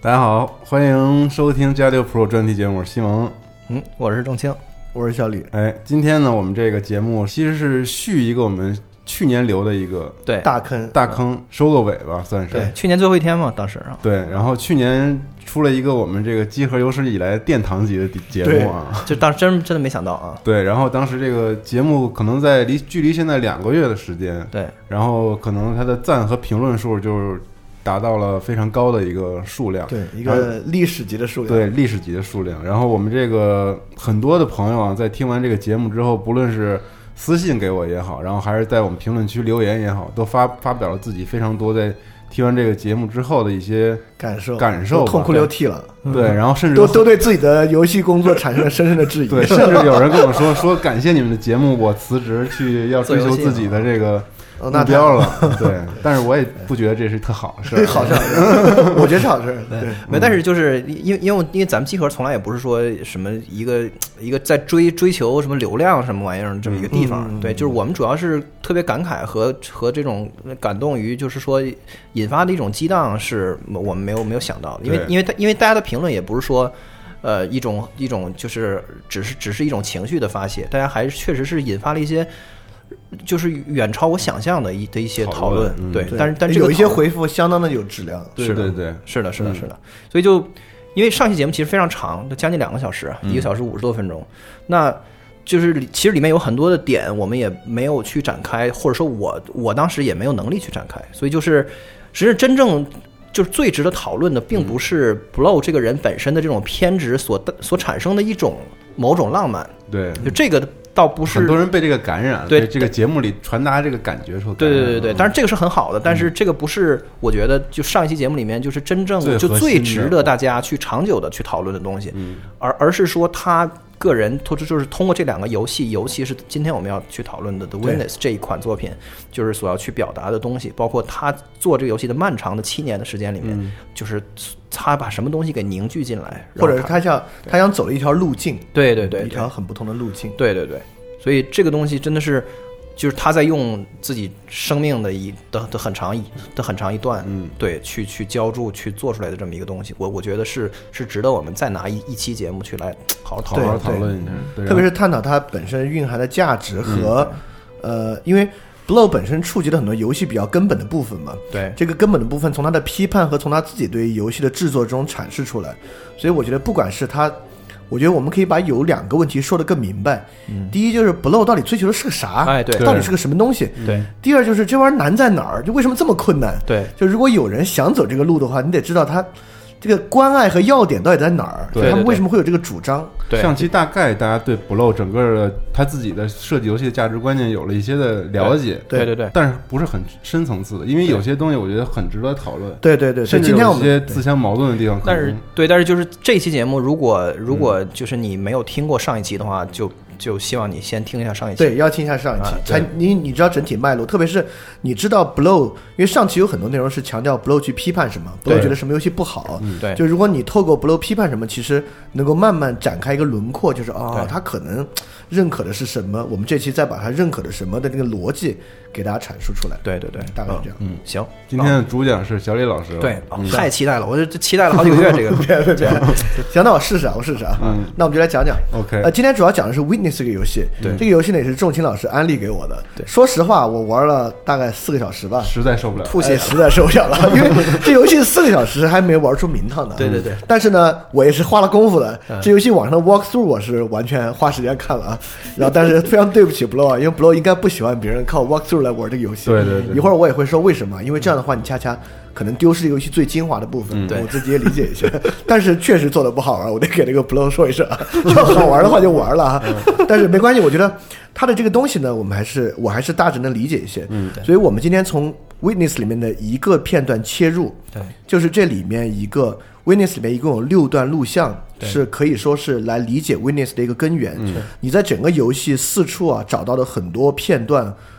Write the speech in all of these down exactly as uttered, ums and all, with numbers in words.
大家好，欢迎收听加六 Pro 专题节目，我是西蒙。 嗯，我是郑清， 我是小李。 哎，今天呢，我们这个节目其实是续一个我们去年留的一个对大坑大坑收个尾吧，算是。 对，去年最后一天嘛，当时啊。 对，然后去年出了一个我们这个集合有史以来殿堂级的节目啊， 就当时真真的没想到啊。 对，然后当时这个节目可能在离距离现在两个月的时间， 对， 然后可能它的赞和评论数就是达到了非常高的一个数量， 对，一个历史级的数量， 对，历史级的数量。然后我们这个很多的朋友啊，在听完这个节目之后，不论是私信给我也好，然后还是在我们评论区留言也好，都发发表了自己非常多在听完这个节目之后的一些感受， 感受， 痛哭流涕了。 对，然后甚至都都对自己的游戏工作产生了深深的质疑。 对，甚至有人跟我说说感谢你们的节目，我辞职去要追求自己的这个目标了。对，但是我也不觉得这是特好的事儿， 好事儿，我觉得是好事儿。对， 没，但是就是因为因为因为咱们集合从来也不是说什么一个一个在追追求什么流量什么玩意儿这么一个地方。 嗯、 对，就是我们主要是特别感慨和和这种感动于，就是说引发的一种激荡，是我们没有没有想到的。因为因为因为大家的评论也不是说。呃，一种一种就是只是只是一种情绪的发泄，大家还是确实是引发了一些，就是远超我想象的一的一些讨论， 嗯、 对，但是但这个有一些回复相当的有质量， 对对对， 是的，是的，是的，所以就因为上期节目其实非常长，将近两个小时，一个小时五十多分钟，那就是其实里面有很多的点我们也没有去展开，或者说我我当时也没有能力去展开，所以就是实际上真正。就是最值得讨论的，并不是 Blow 这个人本身的这种偏执所所产生的一种某种浪漫。 对， 就这个倒不是很多人被这个感染， 对这个节目里传达这个感觉说， 对对对对，当然这个是很好的，但是这个不是我觉得就上一期节目里面就是真正就最值得大家去长久的去讨论的东西，而而是说他。个人就是通过这两个游戏，尤其是今天我们要去讨论的《The Witness》这一款作品，就是所要去表达的东西，包括他做这个游戏的漫长的七年的时间里面，嗯、就是他把什么东西给凝聚进来， 或者是他想他想走了一条路径， 对对 对, 对， 一条很不同的路径， 对对对，所以这个东西真的是。就是他在用自己生命的一的的很长一的很长一段，嗯，对，去去浇筑去做出来的这么一个东西，我我觉得是是值得我们再拿一一期节目去来好好讨论讨论一下，对， 特别是探讨它本身蕴含的价值和、嗯、呃，因为 Blow 本身触及了很多游戏比较根本的部分嘛， 对， 这个根本的部分从他的批判和从他自己对游戏的制作中阐释出来，所以我觉得不管是他。我觉得我们可以把有两个问题说得更明白。嗯、第一就是 Blow 到底追求的是个啥？ 哎，对， 到底是个什么东西？ 对。 第二就是这玩意儿难在哪儿？就为什么这么困难？ 对。 就如果有人想走这个路的话，你得知道他这个关爱和要点到底在哪儿？ 对， 他们为什么会有这个主张？ 对。 上期大概大家对 Blow 整个的他自己的设计游戏的价值观念有了一些的了解， 对对 对, 对， 但是不是很深层次的，因为有些东西我觉得很值得讨论。 对对对， 甚至有一些自相矛盾的地方。 但是对，但是就是这期节目，如果如果就是你没有听过上一期的话，就。就希望你先听一下上一期， 对，要听一下上一期，啊、才你你知道整体脉络，特别是你知道 Blow， 因为上期有很多内容是强调 Blow 去批判什么 ，Blow 觉得什么游戏不好， 嗯，对， 就如果你透过 Blow 批判什么，其实能够慢慢展开一个轮廓，就是啊、哦，他可能认可的是什么，我们这期再把他认可的什么的这个逻辑给大家阐述出来， 对对对， 大概是这样， 嗯，行， 今天的主讲是小李老师， 对，嗯、太期待了，我这期待了好几个月，这个， 对对对，行，那我试试啊，我试试啊，嗯，那我们就来讲讲 ，OK， 呃，今天主要讲的是 Witness 这个游戏， 对。 这个游戏呢也是仲卿老师安利给我的。 对， 说实话，我玩了大概四个小时吧， 实在受不了， 吐血、哎， 实在受不了了。因为这游戏四个小时还没玩出名堂呢。 对对对。 但是呢，我也是花了功夫的。 嗯、 这游戏网上的 walkthrough 我是完全花时间看了啊。然后，但是非常对不起 Blow 啊，因为 Blow 应该不喜欢别人靠 walkthrough 来玩这个游戏。 对对对。 一会儿我也会说为什么，因为这样的话你恰恰可能丢失这个游戏最精华的部分。 嗯、 我自己也理解一些。但是确实做的不好玩，我得给这个 Blow 说一声啊。要好玩的话就玩了啊。嗯、但是没关系，我觉得。它的这个东西呢，我们还是我还是大致能理解一些， 嗯， 所以我们今天从 Witness 里面的一个片段切入， 对， 就是这里面一个 Witness 里面一共有六段录像，是可以说是来理解 Witness 的一个根源。 嗯、 你在整个游戏四处啊找到的很多片段，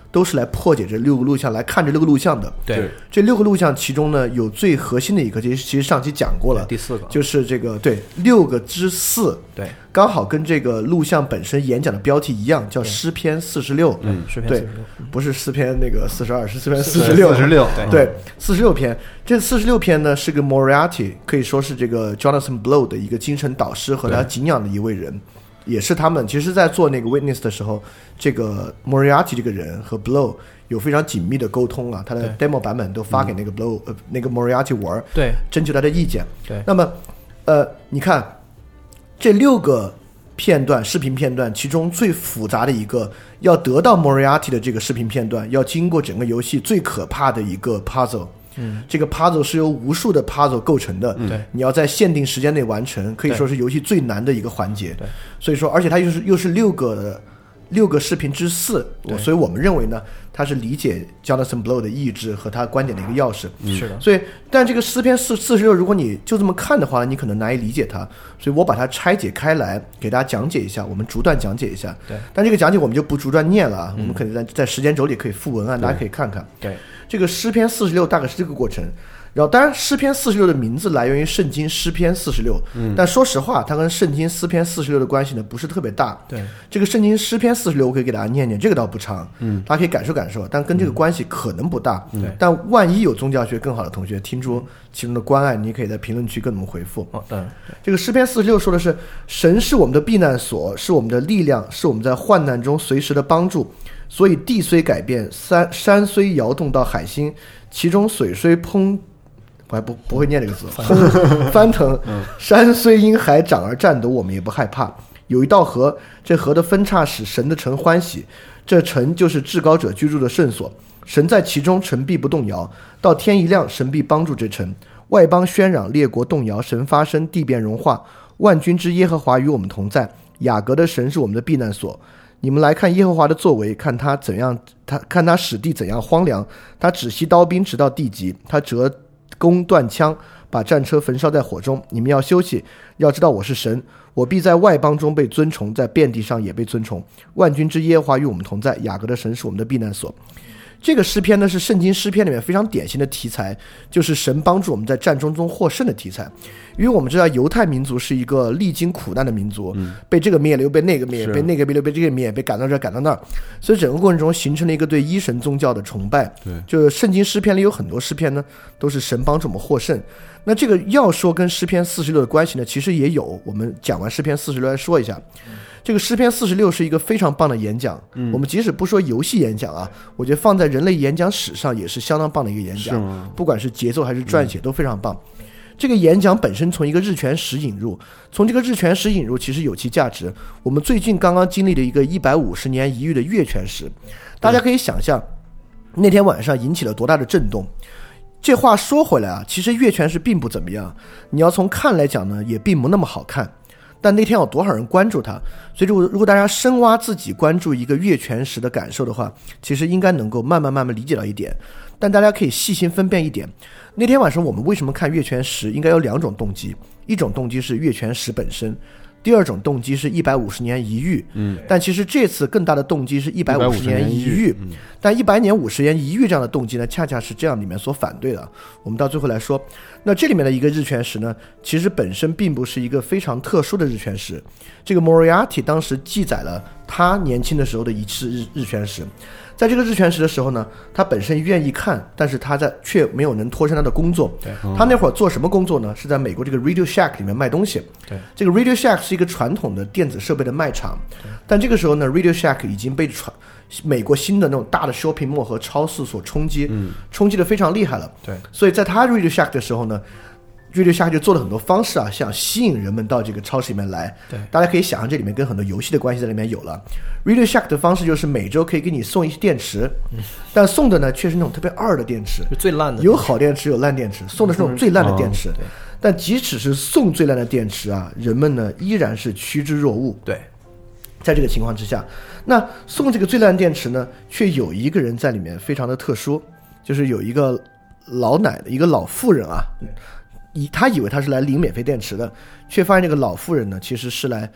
都是来破解这六个录像，来看这六个录像的。 对， 这六个录像其中呢，有最核心的一个，其实其实上期讲过了， 第四个就是这个对六个之四， 对， 刚好跟这个录像本身演讲的标题一样，叫诗篇四十六。 嗯，诗篇对四十六， 不是诗篇那个四十二，是诗篇四十六， 四十六， 对，四十六篇。这四十六篇呢，是个 Moriarty， 可以说是这个 Jonathan Blow 的一个精神导师和他敬仰的一位人。也是他们其实在做那个 Witness 的时候，这个 Moriarty 这个人和 Blow 有非常紧密的沟通啊，他的 demo 版本都发给那个 Blow、嗯、呃那个 Moriarty 玩， 对， 征求他的意见。 对， 那么呃，你看这六个片段视频片段，其中最复杂的一个，要得到 Moriarty 的这个视频片段，要经过整个游戏最可怕的一个 puzzle。嗯，这个 puzzle 是由无数的 puzzle 构成的，对、嗯，你要在限定时间内完成，可以说是游戏最难的一个环节。对，所以说，而且它又是又是六个的六个视频之四，所以我们认为呢，它是理解 Jonathan Blow 的意志和他观点的一个钥匙。 嗯、是的。 所以，但这个诗篇四四十六，如果你就这么看的话，你可能难以理解它。所以我把它拆解开来，给大家讲解一下，我们逐段讲解一下。对。但这个讲解我们就不逐段念了，嗯、我们可能在在时间轴里可以附文案，大家可以看看。 对。 这个诗篇四十六大概是这个过程。然后当然诗篇四十六的名字来源于圣经诗篇四十六，嗯，但说实话它跟圣经诗篇四十六的关系呢不是特别大。对，这个圣经诗篇四十六我可以给大家念念，这个倒不长，嗯，大家可以感受感受，但跟这个关系可能不大。嗯，但万一有宗教学更好的同学听出其中的关爱，你可以在评论区跟我们回复。哦，对，这个诗篇四十六说的是神是我们的避难所，是我们的力量，是我们在患难中随时的帮助。所以地虽改变，山山虽摇动到海心，其中水虽烹，我还不不会念这个字，翻腾，山虽因海涨而颤抖，我们也不害怕。有一道河，这河的分叉使神的城欢喜，这城就是至高者居住的圣所，神在其中，城必不动摇。到天一亮，神必帮助这城。外邦喧嚷，列国动摇，神发声，地变融化。万军之耶和华与我们同在，雅各的神是我们的避难所。你们来看耶和华的作为，看他怎样，他看他使地怎样荒凉，他止息刀兵直到地极，他折弓断枪，把战车焚烧在火中。你们要休息，要知道我是神，我必在外邦中被尊崇，在遍地上也被尊崇。万军之耶和华与我们同在，雅各的神是我们的避难所。这个诗篇呢是圣经诗篇里面非常典型的题材，就是神帮助我们在战争中获胜的题材。因为我们知道犹太民族是一个历经苦难的民族，嗯、被这个灭了又被那个灭，被那个灭又被这个灭，被赶到这儿赶到那儿，所以整个过程中形成了一个对一神宗教的崇拜。对，就是圣经诗篇里有很多诗篇呢都是神帮助我们获胜。那这个要说跟诗篇四十六的关系呢，其实也有。我们讲完诗篇四十六来说一下。这个诗篇四十六是一个非常棒的演讲，嗯，我们即使不说游戏演讲啊，我觉得放在人类演讲史上也是相当棒的一个演讲，不管是节奏还是撰写都非常棒。嗯、这个演讲本身从一个日全食引入，从这个日全食引入其实有其价值。我们最近刚刚经历了一个一百五十年一遇的月全食，大家可以想象那天晚上引起了多大的震动。这话说回来啊，其实月全食并不怎么样，你要从看来讲呢，也并不那么好看。但那天有多少人关注它？所以如果如果大家深挖自己关注一个月全食的感受的话，其实应该能够慢慢慢慢理解到一点。但大家可以细心分辨一点，那天晚上我们为什么看月全食，应该有两种动机。一种动机是月全食本身，第二种动机是一百五十年一遇。嗯，但其实这次更大的动机是一百五十年一遇。嗯，但一百年五十年一遇这样的动机呢，恰恰是这样里面所反对的。我们到最后来说，那这里面的一个日全食呢，其实本身并不是一个非常特殊的日全食。这个 Moriarty 当时记载了他年轻的时候的一次日日全食。在这个日全食的时候呢，他本身愿意看，但是他在却没有能脱身他的工作。对，他那会儿做什么工作呢？是在美国这个 Radio Shack 里面卖东西。对，这个 Radio Shack 是一个传统的电子设备的卖场，但这个时候呢 ，Radio Shack 已经被传美国新的那种大的 shopping mall 和超市所冲击，嗯，冲击的非常厉害了。对，所以在他 Radio Shack 的时候呢。Radio Shack 就做了很多方式啊，想吸引人们到这个超市里面来。对，大家可以想象这里面跟很多游戏的关系在里面有了。Radio Shack 的方式就是每周可以给你送一些电池，嗯、但送的呢却是那种特别二的电池， 最烂的。 有好电池，有烂电池，送的是那种最烂的电池。嗯哦、但即使是送最烂的电池啊，人们呢依然是趋之若鹜。对，在这个情况之下，那送这个最烂电池呢，却有一个人在里面非常的特殊，就是有一个老奶奶，一个老妇人啊。以他以为他是来领免费电池的，却发现这个老妇人呢其实是来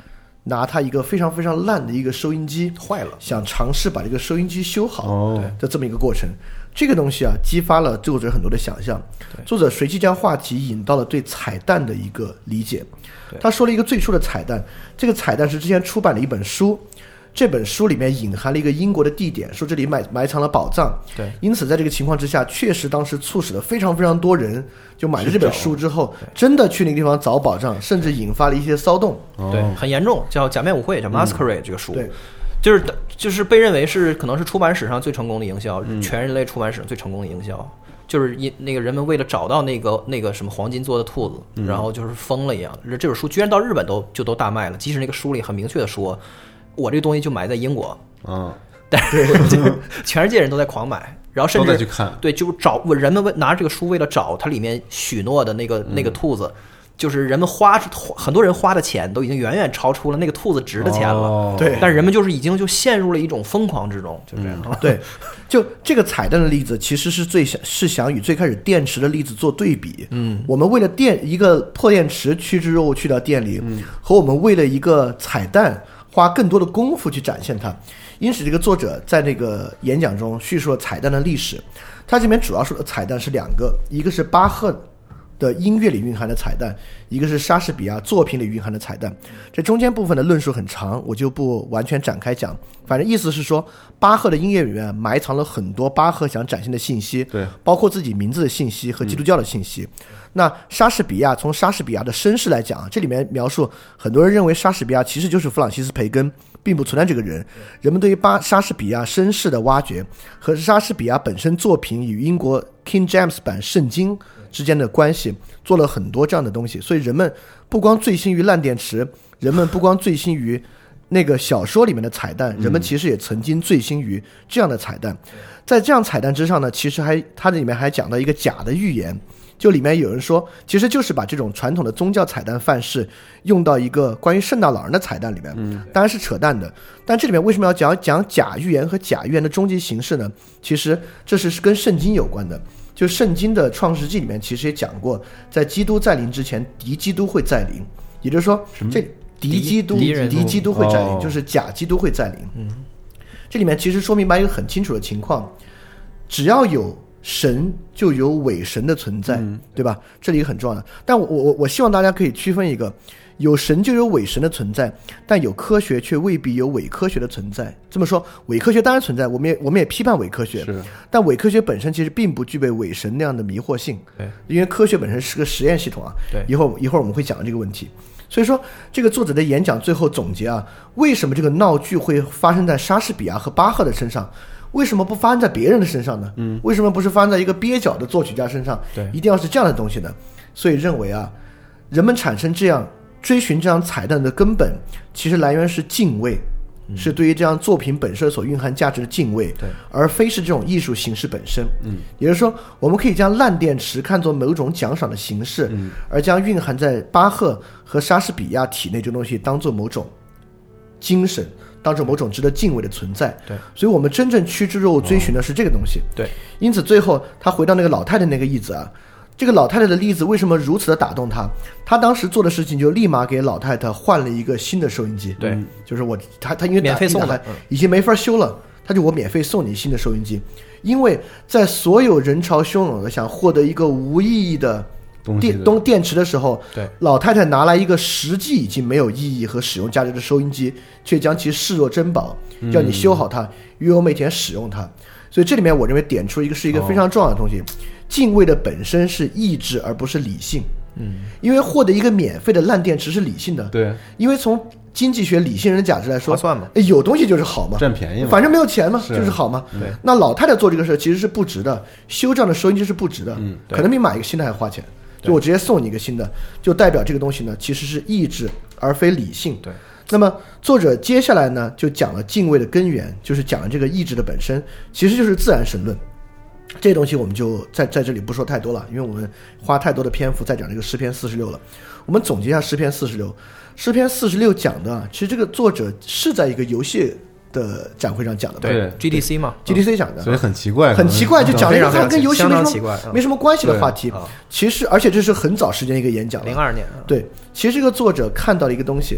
拿他一个非常非常烂的一个收音机坏了， 想尝试把这个收音机修好哦的这么一个过程。这个东西啊，激发了作者很多的想象。作者随即将话题引到了对彩蛋的一个理解。他说了一个最初的彩蛋，这个彩蛋是之前出版了一本书，这本书里面隐含了一个英国的地点，说这里埋埋藏了宝藏。 对， 因此在这个情况之下，确实当时促使了非常非常多人就买了这本书之后，真的去那个地方找宝藏，甚至引发了一些骚动。 对，很严重，叫假面舞会，叫 Masquerade、嗯、这个书。 对。 就是就是被认为是可能是出版史上最成功的营销，嗯、全人类出版史上最成功的营销，就是因那个人们为了找到那个那个什么黄金做的兔子，嗯、然后就是疯了一样。这本书居然到日本都就都大卖了，即使那个书里很明确的说，我这个东西就埋在英国， 嗯， 但是全世界人都在狂买，然后甚至都在去看， 对，就找人们为拿这个书为了找它里面许诺的那个、嗯、那个兔子。就是人们花很多人花的钱都已经远远超出了那个兔子值的钱了， 哦、 对。 但是人们就是已经就陷入了一种疯狂之中，就这样。 嗯、对，就这个彩蛋的例子，其实是最想是想与最开始电池的例子做对比。嗯，我们为了电一个破电池趋之若鹜去到店里，嗯，和我们为了一个彩蛋花更多的功夫去展现它。因此，这个作者在那个演讲中叙述了彩蛋的历史。他这边主要说的彩蛋是两个，一个是巴赫的音乐里蕴含的彩蛋，一个是莎士比亚作品里蕴含的彩蛋。这中间部分的论述很长，我就不完全展开讲。反正意思是说，巴赫的音乐里面埋藏了很多巴赫想展现的信息， 对， 包括自己名字的信息和基督教的信息。嗯、那莎士比亚从莎士比亚的身世来讲，这里面描述很多人认为莎士比亚其实就是弗朗西斯培根，并不存在这个人。人们对于巴莎士比亚身世的挖掘和莎士比亚本身作品与英国 King James 版圣经之间的关系做了很多这样的东西，所以人们不光醉心于烂电池，人们不光醉心于那个小说里面的彩蛋，人们其实也曾经醉心于这样的彩蛋。在这样彩蛋之上呢，其实还它这里面还讲到一个假的预言，就里面有人说其实就是把这种传统的宗教彩蛋范式用到一个关于圣诞老人的彩蛋里面，当然是扯淡的。但这里面为什么要讲讲假预言和假预言的终极形式呢？其实这是跟圣经有关的。就圣经的创世纪里面其实也讲过，在基督再临之前，敌基督会再临，也就是说这敌基督敌基督会再临、哦、就是假基督会再临。嗯，这里面其实说明白一个很清楚的情况，只要有神就有伪神的存在、嗯、对吧？这里很重要的。但我我我希望大家可以区分一个，有神就有伪神的存在，但有科学却未必有伪科学的存在。这么说，伪科学当然存在，我们也我们也批判伪科学，但伪科学本身其实并不具备伪神那样的迷惑性，对，因为科学本身是个实验系统啊。对，一会儿一会儿我们会讲这个问题。所以说，这个作者的演讲最后总结啊，为什么这个闹剧会发生在莎士比亚和巴赫的身上？为什么不发生在别人的身上呢？嗯，为什么不是发生在一个蹩脚的作曲家身上？对，一定要是这样的东西呢？所以认为啊，人们产生这样追寻这样彩蛋的根本，其实来源是敬畏，嗯、是对于这样作品本身所蕴含价值的敬畏，对，而非是这种艺术形式本身。嗯，也就是说，我们可以将烂电池看作某种奖赏的形式，嗯、而将蕴含在巴赫和莎士比亚体内这东西当作某种精神，当作某种值得敬畏的存在。对，所以我们真正趋之若鹜追寻的是这个东西。对，因此最后他回到那个老太太那个例子啊。这个老太太的例子为什么如此的打动他？他当时做的事情就立马给老太太换了一个新的收音机。对，就是我他他因为免费送的， 已经没法修了，他就我免费送你新的收音机。因为在所有人潮汹涌的想获得一个无意义的电东电池的时候，对，老太太拿来一个实际已经没有意义和使用价值的收音机，却将其视若珍宝，叫你修好它，与我每天使用它。所以这里面我认为点出一个是一个非常重要的东西。哦，敬畏的本身是意志而不是理性。嗯，因为获得一个免费的烂电池是理性的。对，因为从经济学理性人的价值来说，划算嘛，有东西就是好嘛， 占便宜嘛， 反正没有钱嘛，是就是好嘛。对，那老太太做这个事其实是不值的，修这样的收音机是不值的，嗯，可能比买一个新的还花钱。就我直接送你一个新的，就代表这个东西呢其实是意志而非理性。对。那么作者接下来呢就讲了敬畏的根源，就是讲了这个意志的本身其实就是自然神论。这东西我们就在在这里不说太多了，因为我们花太多的篇幅在讲这个诗篇四十六了。我们总结一下诗篇四十六。诗篇四十六讲的，其实这个作者是在一个游戏的展会上讲的， 对 G D C 嘛 ，G D C 讲的， 所以很奇怪， 很奇怪，就讲了一个它跟游戏没什么没什么关系的话题。其实，而且这是很早时间一个演讲， 零二年。 对，其实这个作者看到了一个东西，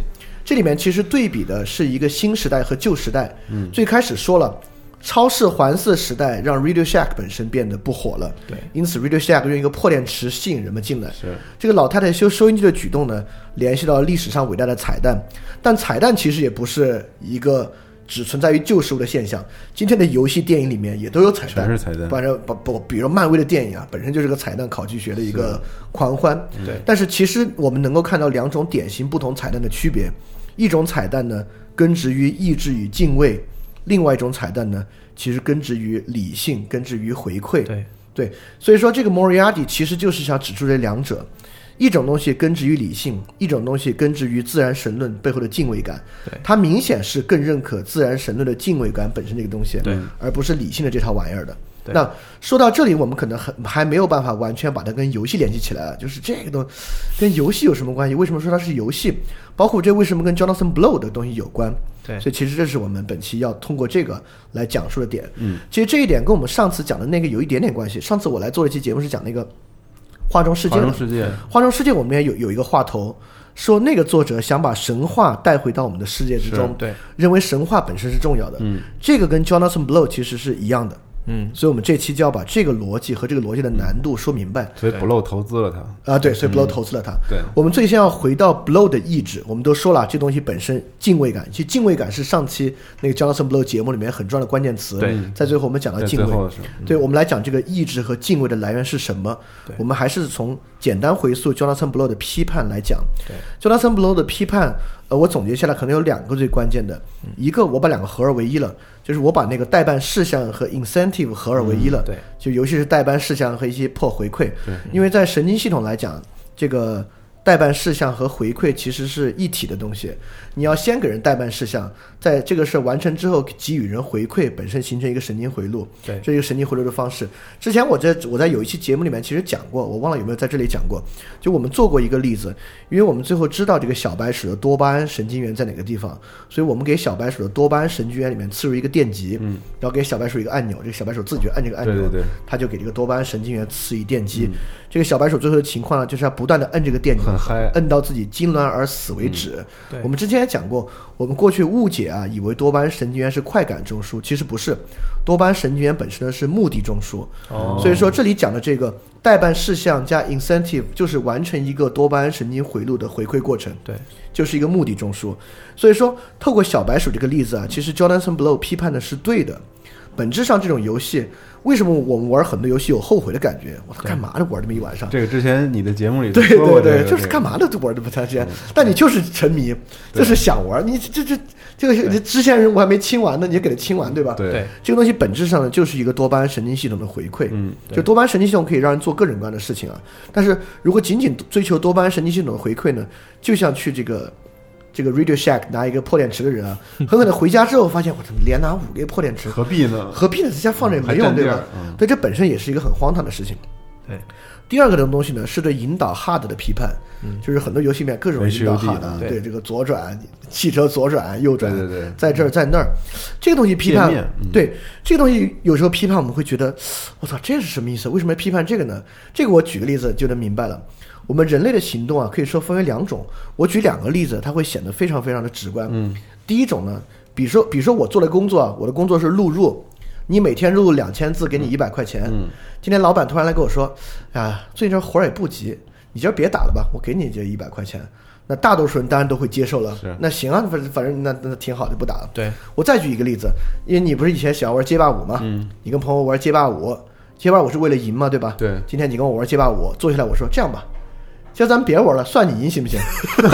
这里面其实对比的是一个新时代和旧时代。嗯，最开始说了，超市环伺时代让 Radio Shack 本身变得不火了， 对， 因此 Radio Shack 用一个破电池吸引人们进来。 是这个老太太修收音机的举动呢，联系到历史上伟大的彩蛋，但彩蛋其实也不是一个只存在于旧事物的现象，今天的游戏电影里面也都有彩蛋， 全是彩蛋。 不然不不，比如漫威的电影啊，本身就是个彩蛋考据学的一个狂欢。 对， 但是其实我们能够看到两种典型不同彩蛋的区别，一种彩蛋呢根植于意志与敬畏，另外一种彩蛋呢其实根植于理性，根植于回馈。 对对，所以说这个 Moriarty 其实就是想指出这两者。一种东西根植于理性，一种东西根植于自然神论背后的敬畏感。它明显是更认可自然神论的敬畏感本身这个东西， 对， 而不是理性的这套玩意儿的。那说到这里，我们可能很还没有办法完全把它跟游戏联系起来了，就是这个东西跟游戏有什么关系？为什么说它是游戏？包括这为什么跟 Jonathan Blow 的东西有关？ 对， 所以其实这是我们本期要通过这个来讲述的点。嗯，其实这一点跟我们上次讲的那个有一点点关系。上次我来做一期节目是讲那个画中世界的， 画中世界， 画中世界我们也有有一个话头，说那个作者想把神话带回到我们的世界之中， 对， 认为神话本身是重要的。嗯，这个跟 Jonathan Blow 其实是一样的。嗯，所以我们这期就要把这个逻辑和这个逻辑的难度说明白。 所以 Blow 投资了他啊，对，所以 Blow 投资了他。 嗯、对， 我们最先要回到 Blow 的意志。我们都说了，这东西本身敬畏感，其实敬畏感是上期那个 Jonathan Blow 节目里面很重要的关键词。 对， 在最后我们讲到敬畏， 嗯、 对，我们来讲这个意志和敬畏的来源是什么。我们还是从简单回溯 Jonathan Blow 的批判来讲。 对 ，Jonathan Blow 的批判，呃，我总结下来可能有两个最关键的，嗯、一个我把两个合二为一了。就是我把那个代办事项和 incentive 合二为一了， 嗯、对， 就尤其是代办事项和一些破回馈，对，因为在神经系统来讲，这个代办事项和回馈其实是一体的东西。你要先给人代办事项，在这个事完成之后给予人回馈，本身形成一个神经回路， 对， 这是一个神经回路的方式。之前我在我在有一期节目里面其实讲过，我忘了有没有在这里讲过，就我们做过一个例子，因为我们最后知道这个小白鼠的多巴胺神经元在哪个地方，所以我们给小白鼠的多巴胺神经元里面刺入一个电极，嗯，然后给小白鼠一个按钮，这个小白鼠自己就按这个按钮， 对对对， 它就给这个多巴胺神经元刺一电击。嗯、这个小白鼠最后的情况呢，就是要不断的摁这个电钮， 很嗨， 摁到自己痉挛而死为止。 嗯、对， 我们之前也讲过，我们过去误解啊，以为多巴胺神经元是快感中枢，其实不是，多巴胺神经元本身呢是目的中枢。哦，所以说这里讲的这个代办事项加 incentive 就是完成一个多巴胺神经回路的回馈过程， 对， 就是一个目的中枢。所以说透过小白鼠这个例子啊，其实 Jonathan Blow 批判的是对的。本质上这种游戏，为什么我们玩很多游戏有后悔的感觉？我干嘛呢？玩这么一晚上？ 这个之前你的节目里对说过、这个、 对对，就是干嘛呢？玩这么长时间，嗯、但你就是沉迷，就是想玩。你这这这个支线任务还没清完呢，你就给它清完，对吧？ 对， 这个东西本质上呢，就是一个多巴胺神经系统的回馈。嗯，就多巴胺神经系统可以让人做各种各样的事情啊，但是如果仅仅追求多巴胺神经系统的回馈呢，就像去这个。这个 Radio Shack 拿一个破电池的人啊，很可能回家之后发现，我怎么连拿五个破电池？ 何必呢？ 何必呢？在家放着也没用，对吧？嗯、对，这本身也是一个很荒唐的事情。 对， 第二个东西呢，是对引导 H U D 的批判，嗯、就是很多游戏里面各种引导 H U D 啊，对这个左转、汽车左转、右转， 对对对， 在这儿在那儿，这个东西批判， 嗯、 对这个东西有时候批判我们会觉得，我操，这是什么意思？为什么要批判这个呢？这个我举个例子就能明白了。我们人类的行动啊，可以说分为两种。我举两个例子，它会显得非常非常的直观。嗯，第一种呢，比如说，比如说我做的工作啊，我的工作是录入，你每天录入两千字，给你一百块钱。嗯，今天老板突然来跟我说，啊，最近这活儿也不急，你今儿别打了吧，我给你这一百块钱。那大多数人当然都会接受了。那行啊，反正反正那那挺好，就不打了。 对，我再举一个例子，因为你不是以前喜欢玩街霸五吗？嗯，你跟朋友玩街霸五，街霸五是为了赢嘛，对吧？ 对。 今天你跟我玩街霸五，坐下来我说这样吧。叫咱们别玩了，算你赢行不行？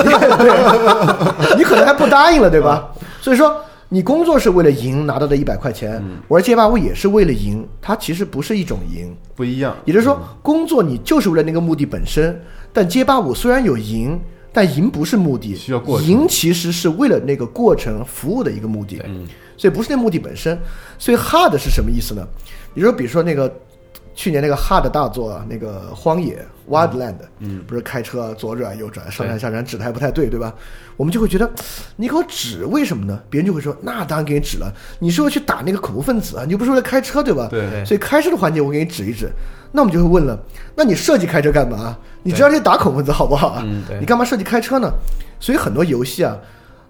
你可能还不答应了，对吧？所以说，你工作是为了赢拿到的一百块钱，嗯、玩街霸五也是为了赢，它其实不是一种赢， 不一样。 也就是说，工作你就是为了那个目的本身，但街霸五虽然有赢，但赢不是目的， 需要过程。 赢其实是为了那个过程服务的一个目的， 嗯、 所以不是那目的本身。所以 hard 是什么意思呢？你说，比如说那个。去年那个 hard 大作啊，那个荒野 Wildland， 嗯，不是开车左转右转上山下山指的还不太对，对吧？我们就会觉得你给我指为什么呢？别人就会说那当然给你指了，你是为了去打那个恐怖分子啊，你又不是为了开车，对吧？ 对， 所以开车的环节我给你指一指。那我们就会问了，那你设计开车干嘛？你知道这打恐怖分子好不好啊？ 嗯、 你干嘛设计开车呢？所以很多游戏啊，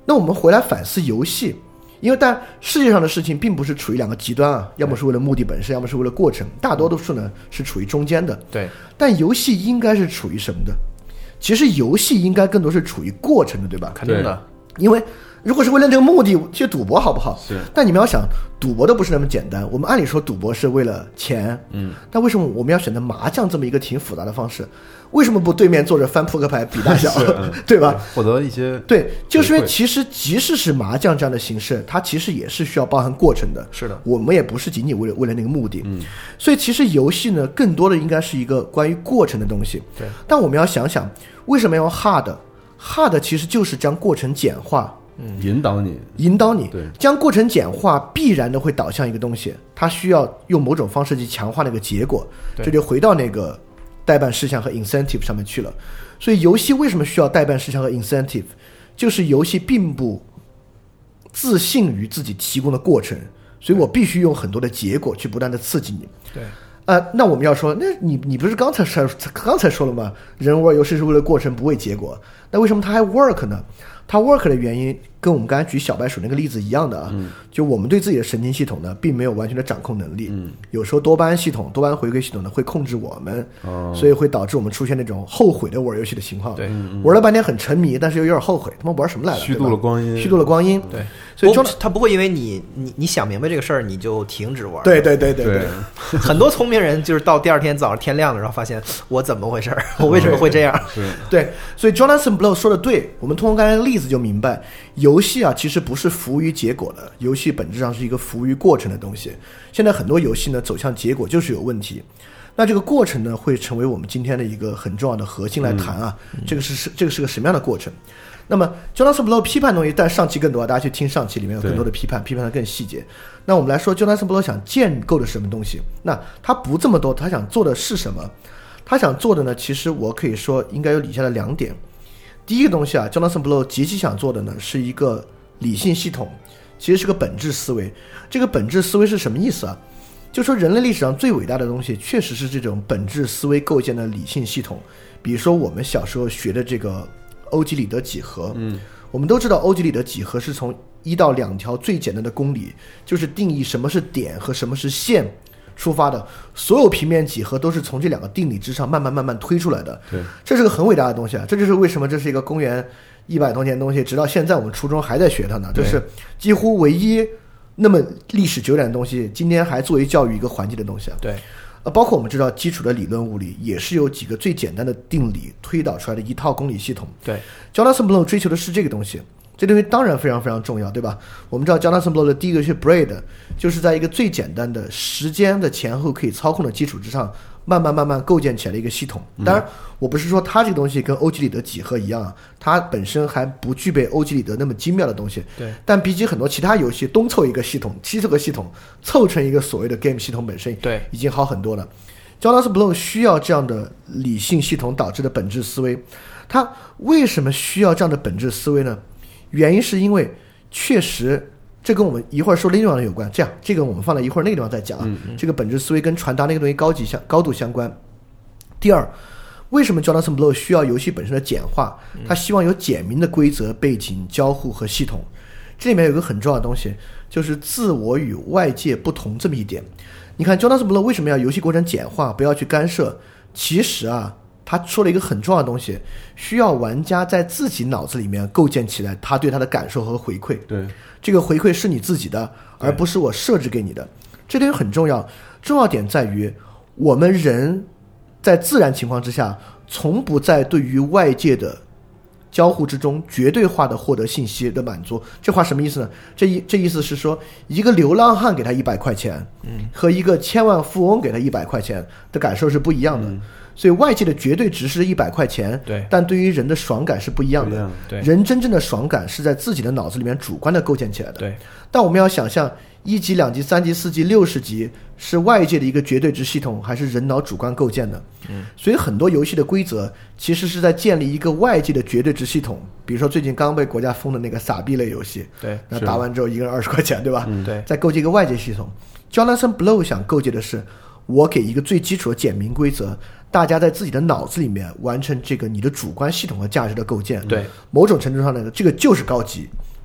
那我们回来反思游戏，因为但世界上的事情并不是处于两个极端啊，要么是为了目的本身，要么是为了过程，大多数呢是处于中间的。 对， 但游戏应该是处于什么的？其实游戏应该更多是处于过程的，对吧？ 肯定的， 因为如果是为了这个目的去赌博，好不好？ 是。 但你们要想，赌博都不是那么简单。我们按理说赌博是为了钱，嗯，但为什么我们要选择麻将这么一个挺复杂的方式？为什么不对面坐着翻扑克牌比大小，嗯、对吧？ 获得一些对，就是因为其实即使是麻将这样的形式，它其实也是需要包含过程的。 是的， 我们也不是仅仅为了为了那个目的。嗯，所以其实游戏呢，更多的应该是一个关于过程的东西。 对， 但我们要想想，为什么要用 hard？hard 其实就是将过程简化。 嗯，引导你， 引导你， 对， 将过程简化，必然的会导向一个东西，它需要用某种方式去强化那个结果，这就回到那个代办事项和 incentive 上面去了。所以游戏为什么需要代办事项和 incentive？ 就是游戏并不自信于自己提供的过程，所以我必须用很多的结果去不断的刺激你。 对， 呃，那我们要说，那你你不是刚才说刚才说了吗？人玩游戏是为了过程，不为结果。那为什么它还 work 呢？它 work 的原因跟我们刚才举小白鼠那个例子一样的啊，嗯、就我们对自己的神经系统呢，并没有完全的掌控能力。嗯，有时候多巴胺系统、多巴胺回馈系统呢会控制我们，哦、所以会导致我们出现那种后悔的玩游戏的情况。 对， 玩了半天很沉迷，但是又有点后悔，他妈玩什么来了？ 虚度了光阴， 虚度了光阴。 对， 所以他不会因为你你你想明白这个事儿，你就停止玩。 对对对对对， 对很多聪明人就是到第二天早上天亮了，然后发现我怎么回事？我为什么会这样？ 对，所以 Jonathan Blow 说的对，我们通过刚才的例子就明白。游戏啊，其实不是服务于结果的，游戏本质上是一个服务于过程的东西。现在很多游戏呢走向结果就是有问题，那这个过程呢会成为我们今天的一个很重要的核心来谈啊。嗯、这个是这个是个什么样的过程？那么 Jonathan Blow 批判东西，但上期更多，大家去听上期里面有更多的批判，批判的更细节。那我们来说 Jonathan Blow 想建构的是什么东西？那他不这么多，他想做的是什么？他想做的呢，其实我可以说应该有以下的两点。第一个东西啊 Jonathan Blow 极其想做的呢是一个理性系统，其实是个本质思维。这个本质思维是什么意思啊？就说人类历史上最伟大的东西确实是这种本质思维构建的理性系统。比如说我们小时候学的这个欧几里得几何，嗯，我们都知道欧几里得几何是从一到两条最简单的公理，就是定义什么是点和什么是线出发的，所有平面几何都是从这两个定理之上慢慢慢慢推出来的。 对， 这是个很伟大的东西啊！这就是为什么这是一个公元一百多年的东西，直到现在我们初中还在学它呢。这是几乎唯一那么历史久远的东西，今天还作为教育一个环节的东西啊。 对， 呃，包括我们知道基础的理论物理也是由几个最简单的定理推导出来的一套公理系统。 对 ，Jonathan Blow 追求的是这个东西。这东西当然非常非常重要，对吧？我们知道 Jonathan Blow 的第一个是 Braid， 就是在一个最简单的时间的前后可以操控的基础之上，慢慢慢慢构建起来的一个系统。当然，我不是说它这个东西跟欧几里得几何一样啊，它本身还不具备欧几里得那么精妙的东西。 对。 但比起很多其他游戏，东凑一个系统，西凑个系统，凑成一个所谓的 game 系统本身， 对， 已经好很多了。Jonathan Blow 需要这样的理性系统导致的本质思维，他为什么需要这样的本质思维呢？原因是因为确实这跟我们一会儿说的另外的有关，这样这个我们放在一会儿那个地方再讲啊。嗯嗯，这个本质思维跟传达那个东西高级相高度相关。第二，为什么 Jonathan Blow 需要游戏本身的简化？他希望有简明的规则、背景、交互和系统。这里面有一个很重要的东西，就是自我与外界不同这么一点。你看 Jonathan Blow 为什么要游戏过程简化，不要去干涉？其实啊，他说了一个很重要的东西，需要玩家在自己脑子里面构建起来他对他的感受和回馈。 对， 这个回馈是你自己的，而不是我设置给你的。这点很重要，重要点在于我们人在自然情况之下，从不在对于外界的交互之中绝对化的获得信息的满足。这话什么意思呢？这一这意思是说，一个流浪汉给他一百块钱，嗯，和一个千万富翁给他一百块钱的感受是不一样的。嗯，所以外界的绝对值是一百块钱， 对， 但对于人的爽感是不一样的。 对， 人真正的爽感是在自己的脑子里面主观的构建起来的。 对， 但我们要想象一级、两级、三级、四级、六十级是外界的一个绝对值系统，还是人脑主观构建的？嗯，所以很多游戏的规则其实是在建立一个外界的绝对值系统。比如说最近刚被国家封的那个撒币类游戏， 对， 那打完之后一个人二十块钱，对吧？ 嗯，对， 再构建一个外界系统。Jonathan Blow 想构建的是，我给一个最基础的简明规则，大家在自己的脑子里面完成这个你的主观系统和价值的构建。 对， 某种程度上呢，这个就是高级。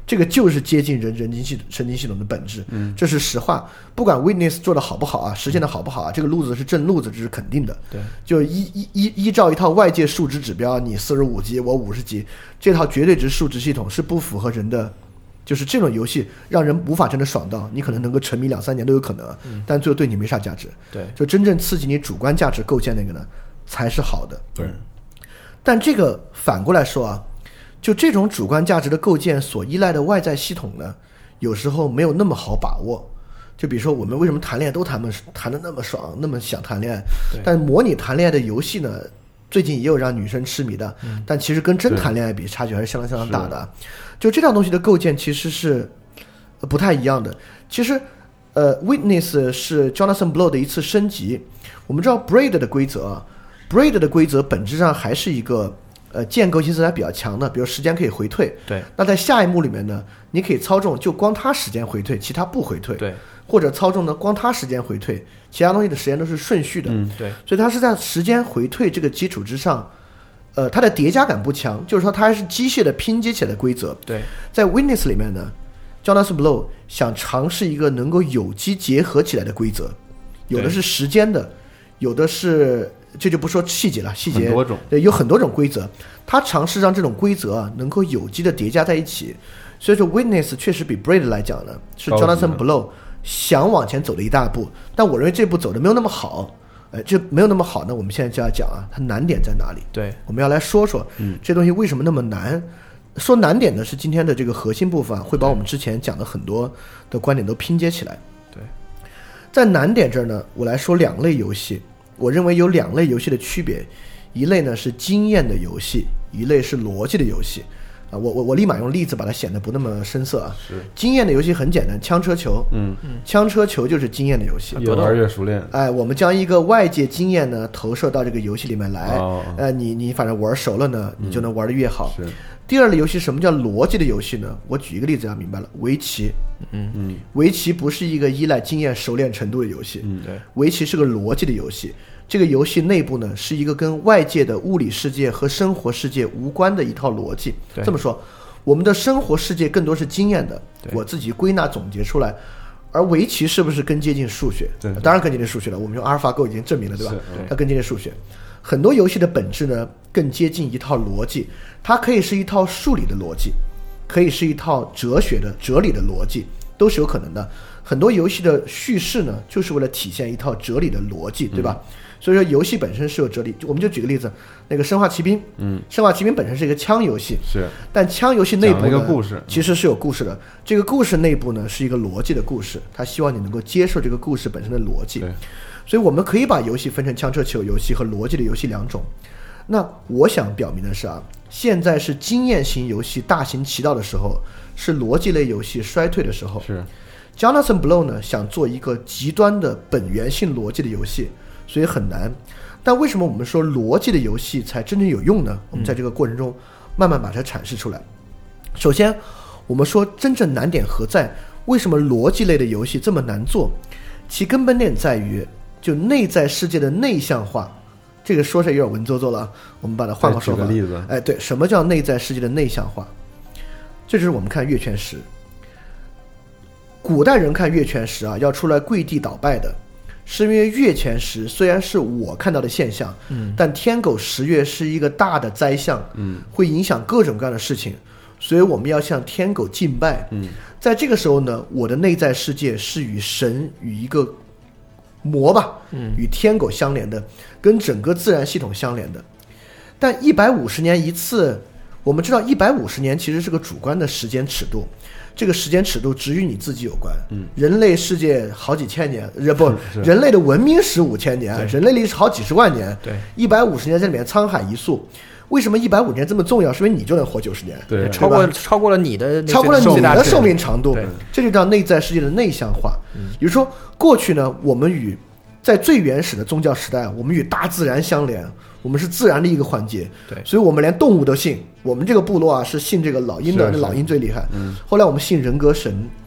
这个就是接近人人经系神经系统的本质，嗯，这是实话。不管 Witness 做的好不好啊，实现的好不好啊，这个路子是正路子，这是肯定的。 对， 就依依依依照一套外界数值指标，你四十五级，我五十级，这套绝对值数值系统是不符合人的。就是这种游戏让人无法真的爽到，你可能能够沉迷两三年都有可能，嗯、但最后对你没啥价值。 对， 就真正刺激你主观价值构建那个呢，才是好的。 对， 但这个反过来说啊，就这种主观价值的构建所依赖的外在系统呢，有时候没有那么好把握。就比如说我们为什么谈恋爱都谈么谈得那么爽，那么想谈恋爱，但模拟谈恋爱的游戏呢，最近也有让女生痴迷的，嗯、但其实跟真谈恋爱比，差距还是相当相当大的。就这套东西的构建其实是不太一样的。其实，呃 ，Witness 是 Jonathan Blow 的一次升级。我们知道 Braid 的规则 ，Braid 的规则本质上还是一个呃建构性色彩比较强的，比如时间可以回退。 对。 那在下一幕里面呢，你可以操纵就光它时间回退，其他不回退。 对。 或者操纵呢，光它时间回退，其他东西的时间都是顺序的。 嗯，对。 所以它是在时间回退这个基础之上。呃，它的叠加感不强，就是说它还是机械的拼接起来的规则。 对， 在 Witness 里面呢 ，Jonathan Blow 想尝试一个能够有机结合起来的规则，有的是时间的，有的是这就不说细节了，细节很多种， 对，有很多种规则。他尝试让这种规则啊能够有机的叠加在一起，所以说 Witness 确实比 Braid 来讲呢，是 Jonathan Blow 想往前走的一大步，但我认为这步走的没有那么好。呃，这没有那么好呢。我们现在就要讲啊，它难点在哪里？ 对， 我们要来说说，嗯，这东西为什么那么难？说难点呢，是今天的这个核心部分，会把我们之前讲的很多的观点都拼接起来。 对， 在难点这儿呢，我来说两类游戏。我认为有两类游戏的区别，一类呢是经验的游戏，一类是逻辑的游戏。啊，我我我立马用例子把它显得不那么深色啊。 是， 经验的游戏很简单，枪车球， 嗯嗯，枪车球就是经验的游戏， 越玩越熟练。 哎，我们将一个外界经验呢投射到这个游戏里面来， 哦、 呃，你你反正玩熟了呢，你就能玩得越好。 嗯、是。 第二类游戏什么叫逻辑的游戏呢？我举一个例子要明白了，围棋， 嗯嗯，围棋不是一个依赖经验熟练程度的游戏， 嗯，对， 围棋是个逻辑的游戏。这个游戏内部呢是一个跟外界的物理世界和生活世界无关的一套逻辑。这么说。我们的生活世界更多是经验的，我自己归纳总结出来，而围棋是不是更接近数学？ 对， 当然更接近数学了。我们用阿尔法狗已经证明了，对吧？ 嗯、 它更接近数学。很多游戏的本质呢，更接近一套逻辑，它可以是一套数理的逻辑，可以是一套哲学的哲理的逻辑，都是有可能的。很多游戏的叙事呢，就是为了体现一套哲理的逻辑，对吧？嗯，所以说游戏本身是有哲理。我们就举个例子，那个生化奇兵， 嗯， 生化奇兵本身是一个枪游戏， 是，但枪游戏内部呢， 讲了一个故事， 其实是有故事的。这个故事内部呢，是一个逻辑的故事，他希望你能够接受这个故事本身的逻辑。 对， 所以我们可以把游戏分成枪车球游戏和逻辑的游戏两种。那我想表明的是啊，现在是经验型游戏大行其道的时候，是逻辑类游戏衰退的时候。 是。 Jonathan Blow 呢想做一个极端的本源性逻辑的游戏，所以很难。但为什么我们说逻辑的游戏才真正有用呢？我们在这个过程中慢慢把它阐释出来。首先，我们说真正难点何在？为什么逻辑类的游戏这么难做？其根本点在于，就内在世界的内向化。这个说起来有点文绉绉了，我们把它换个说法。 举个例子。 哎，对，什么叫内在世界的内向化？这就是我们看月全食。古代人看月全食啊，要出来跪地倒拜的，是因为月全食虽然是我看到的现象，嗯，但天狗食月是一个大的灾象，嗯，会影响各种各样的事情，所以我们要向天狗敬拜，嗯，在这个时候呢，我的内在世界是与神与一个魔吧，嗯，与天狗相连的，跟整个自然系统相连的。但一百五十年一次，我们知道一百五十年其实是个主观的时间尺度。这个时间尺度只与你自己有关。嗯，人类世界好几千年，人不，人类的文明史五千年，人类历史好几十万年。 对， 一百五十年这里面沧海一粟。为什么一百五十年这么重要？是因为你就能活九十年， 对， 超过超过了你的超过了你的寿命长度。 对， 这就叫内在世界的内向化。嗯，比如说过去呢，我们与在最原始的宗教时代，我们与大自然相连。我们是自然的一个环节， 对， 所以我们连动物都信。我们这个部落啊是信这个老鹰的，那老鹰最厉害。嗯，后来我们信人格神，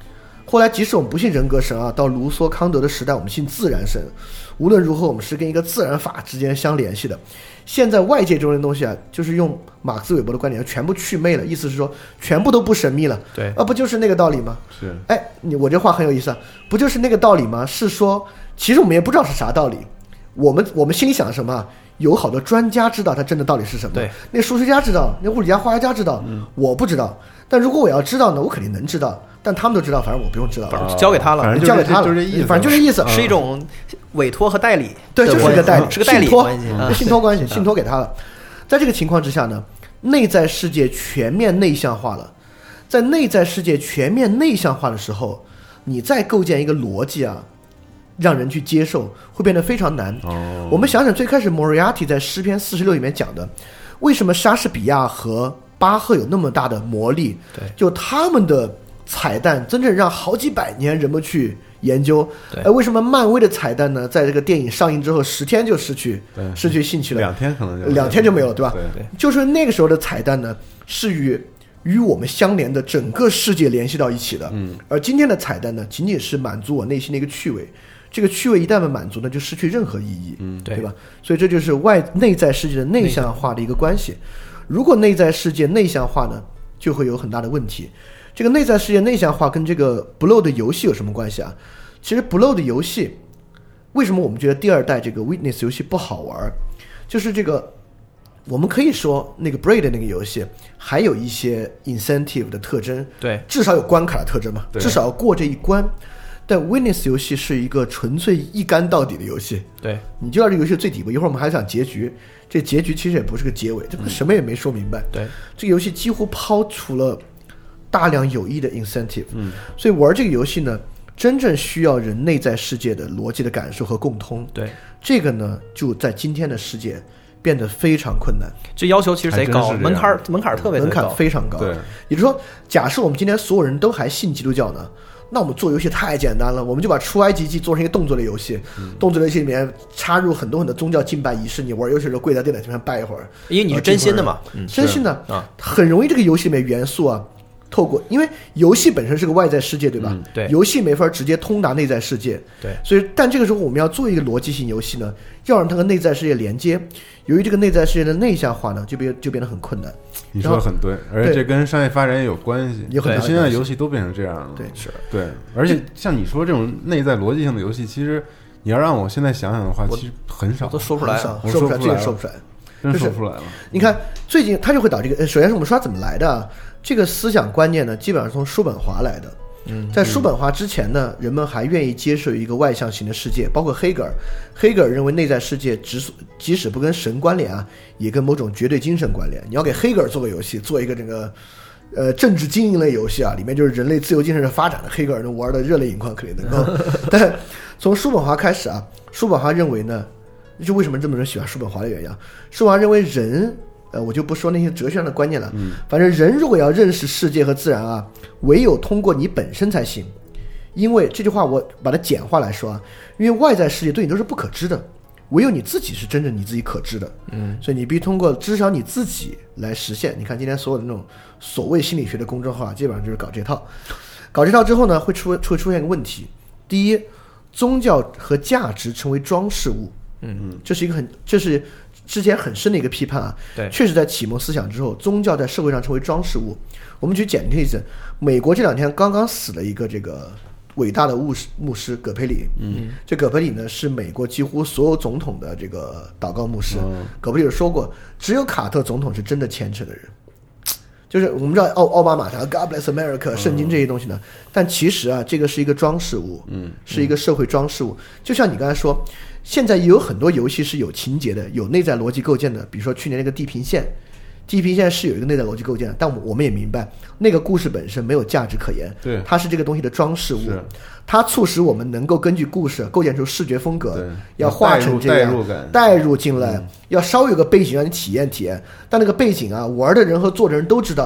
后来即使我们不信人格神啊，到卢梭康德的时代我们信自然神，无论如何我们是跟一个自然法之间相联系的。现在外界中的东西啊，就是用马克思韦伯的观点全部去魅了，意思是说全部都不神秘了。 对啊，不就是那个道理吗？ 是。 哎，你我这话很有意思啊，不就是那个道理吗？是说其实我们也不知道是啥道理，我们我们心里想什么，有好多专家知道它真的道理是什么。 对， 那数学家知道，那物理家、化学家知道，嗯、我不知道。但如果我要知道呢，我肯定能知道。但他们都知道，反正我不用知道， 反正交给他了， 反正交给他了， 就这意思， 反正就这意思， 是一种委托和代理， 对，就是一个代理， 是个代理关系， 嗯、信托关系，信托给他了。在这个情况之下呢，内在世界全面内向化了。在内在世界全面内向化的时候，你再构建一个逻辑啊，让人去接受，会变得非常难。 哦， 我们想想最开始 Moriarty 在诗篇四十六里面讲的，为什么莎士比亚和巴赫有那么大的魔力？ 对， 就他们的彩蛋真正让好几百年人们去研究。哎，为什么漫威的彩蛋呢，在这个电影上映之后十天就失去失去兴趣了， 两天可能就两天就没有了，对吧？ 对对， 就是那个时候的彩蛋呢，是与与我们相连的整个世界联系到一起的。 嗯， 而今天的彩蛋呢，仅仅是满足我内心的一个趣味。这个趣味一旦被满足呢，就失去任何意义。 嗯， 对吧？所以这就是外内在世界的内向化的一个关系。如果内在世界内向化呢，就会有很大的问题。这个内在世界内向化跟这个 Blow 的游戏有什么关系啊？其实 Blow 的游戏，为什么我们觉得第二代这个 Witness 游戏不好玩？就是这个，我们可以说那个 Braid 那个游戏还有一些 incentive 的特征， 对， 至少有关卡的特征嘛，至少要过这一关。但 Witness 游戏是一个纯粹一干到底的游戏， 对， 你就要这游戏最底部。一会儿我们还想结局，这结局其实也不是个结尾，这个什么也没说明白。 对， 这个游戏几乎抛除了大量有益的 incentive， 嗯， 所以玩这个游戏呢，真正需要人内在世界的逻辑的感受和共通。 对， 这个呢，就在今天的世界变得非常困难。 这要求其实贼高，门槛门槛特别门槛非常高。 对， 也就是说，假设我们今天所有人都还信基督教呢，那我们做游戏太简单了，我们就把出埃及记做成一个动作类游戏，嗯、动作类游戏里面插入很多很多宗教敬拜仪式，你玩游戏的时候跪在电脑前面拜一会儿， 因为你是真心的嘛， 嗯、真心的啊，很容易这个游戏里面元素啊，透过因为游戏本身是个外在世界，对吧？ 嗯、对， 游戏没法直接通达内在世界， 对， 所以但这个时候我们要做一个逻辑性游戏呢，要让它和内在世界连接。由于这个内在世界的内向化呢，就变就变得很困难。 你说的很对，而且这跟商业发展也有关系。 有很大的关系。 现在游戏都变成这样了。 对，是对。而且像你说这种内在逻辑性的游戏，其实你要让我现在想想的话，其实很少， 都说不出来， 说不出来， 这也说不出来， 真说不出来了。 你看，最近它就会导这个，首先是我们说它怎么来的，这个思想观念呢，基本上是从叔本华来的。 嗯， 在叔本华之前呢，人们还愿意接受一个外向型的世界，包括黑格尔。黑格尔认为内在世界即即使不跟神关联啊，也跟某种绝对精神关联。你要给黑格尔做个游戏，做一个这个呃政治经营类游戏啊，里面就是人类自由精神的发展的，黑格尔能玩的热泪盈眶，肯定能够。但从叔本华开始啊，叔本华认为呢，就为什么这么多人喜欢叔本华的原因啊？叔本华认为人。呃，我就不说那些哲学上的观念了。 嗯， 反正人如果要认识世界和自然啊，唯有通过你本身才行。因为这句话我把它简化来说啊，因为外在世界对你都是不可知的，唯有你自己是真正你自己可知的。 嗯， 所以你必须通过知晓你自己来实现。你看今天所有的那种所谓心理学的公众号啊，基本上就是搞这套。搞这套之后呢，会出会出现一个问题：第一，宗教和价值成为装饰物。 嗯嗯， 这是一个很这是。之前很深的一个批判啊， 对， 确实在启蒙思想之后，宗教在社会上成为装饰物。我们举简单例子，美国这两天刚刚死了一个这个伟大的牧师牧师葛培理， 嗯， 这葛培理呢是美国几乎所有总统的这个祷告牧师。 嗯、 葛培理有说过，只有卡特总统是真的虔诚的人。就是我们知道奥奥巴马他 God bless America 圣经这些东西呢，但其实啊，这个是一个装饰物， 嗯， 是一个社会装饰物。就像你刚才说。现在也有很多游戏是有情节的，有内在逻辑构建的，比如说去年那个地平线，地平线是有一个内在逻辑构建的，但我们也明白那个故事本身没有价值可言， 对， 它是这个东西的装饰物，它促使我们能够根据故事构建出视觉风格，要画成这样， 代入感， 带入进来，嗯、要稍微有个背景让你体验体验，但那个背景啊，玩的人和做的人都知道。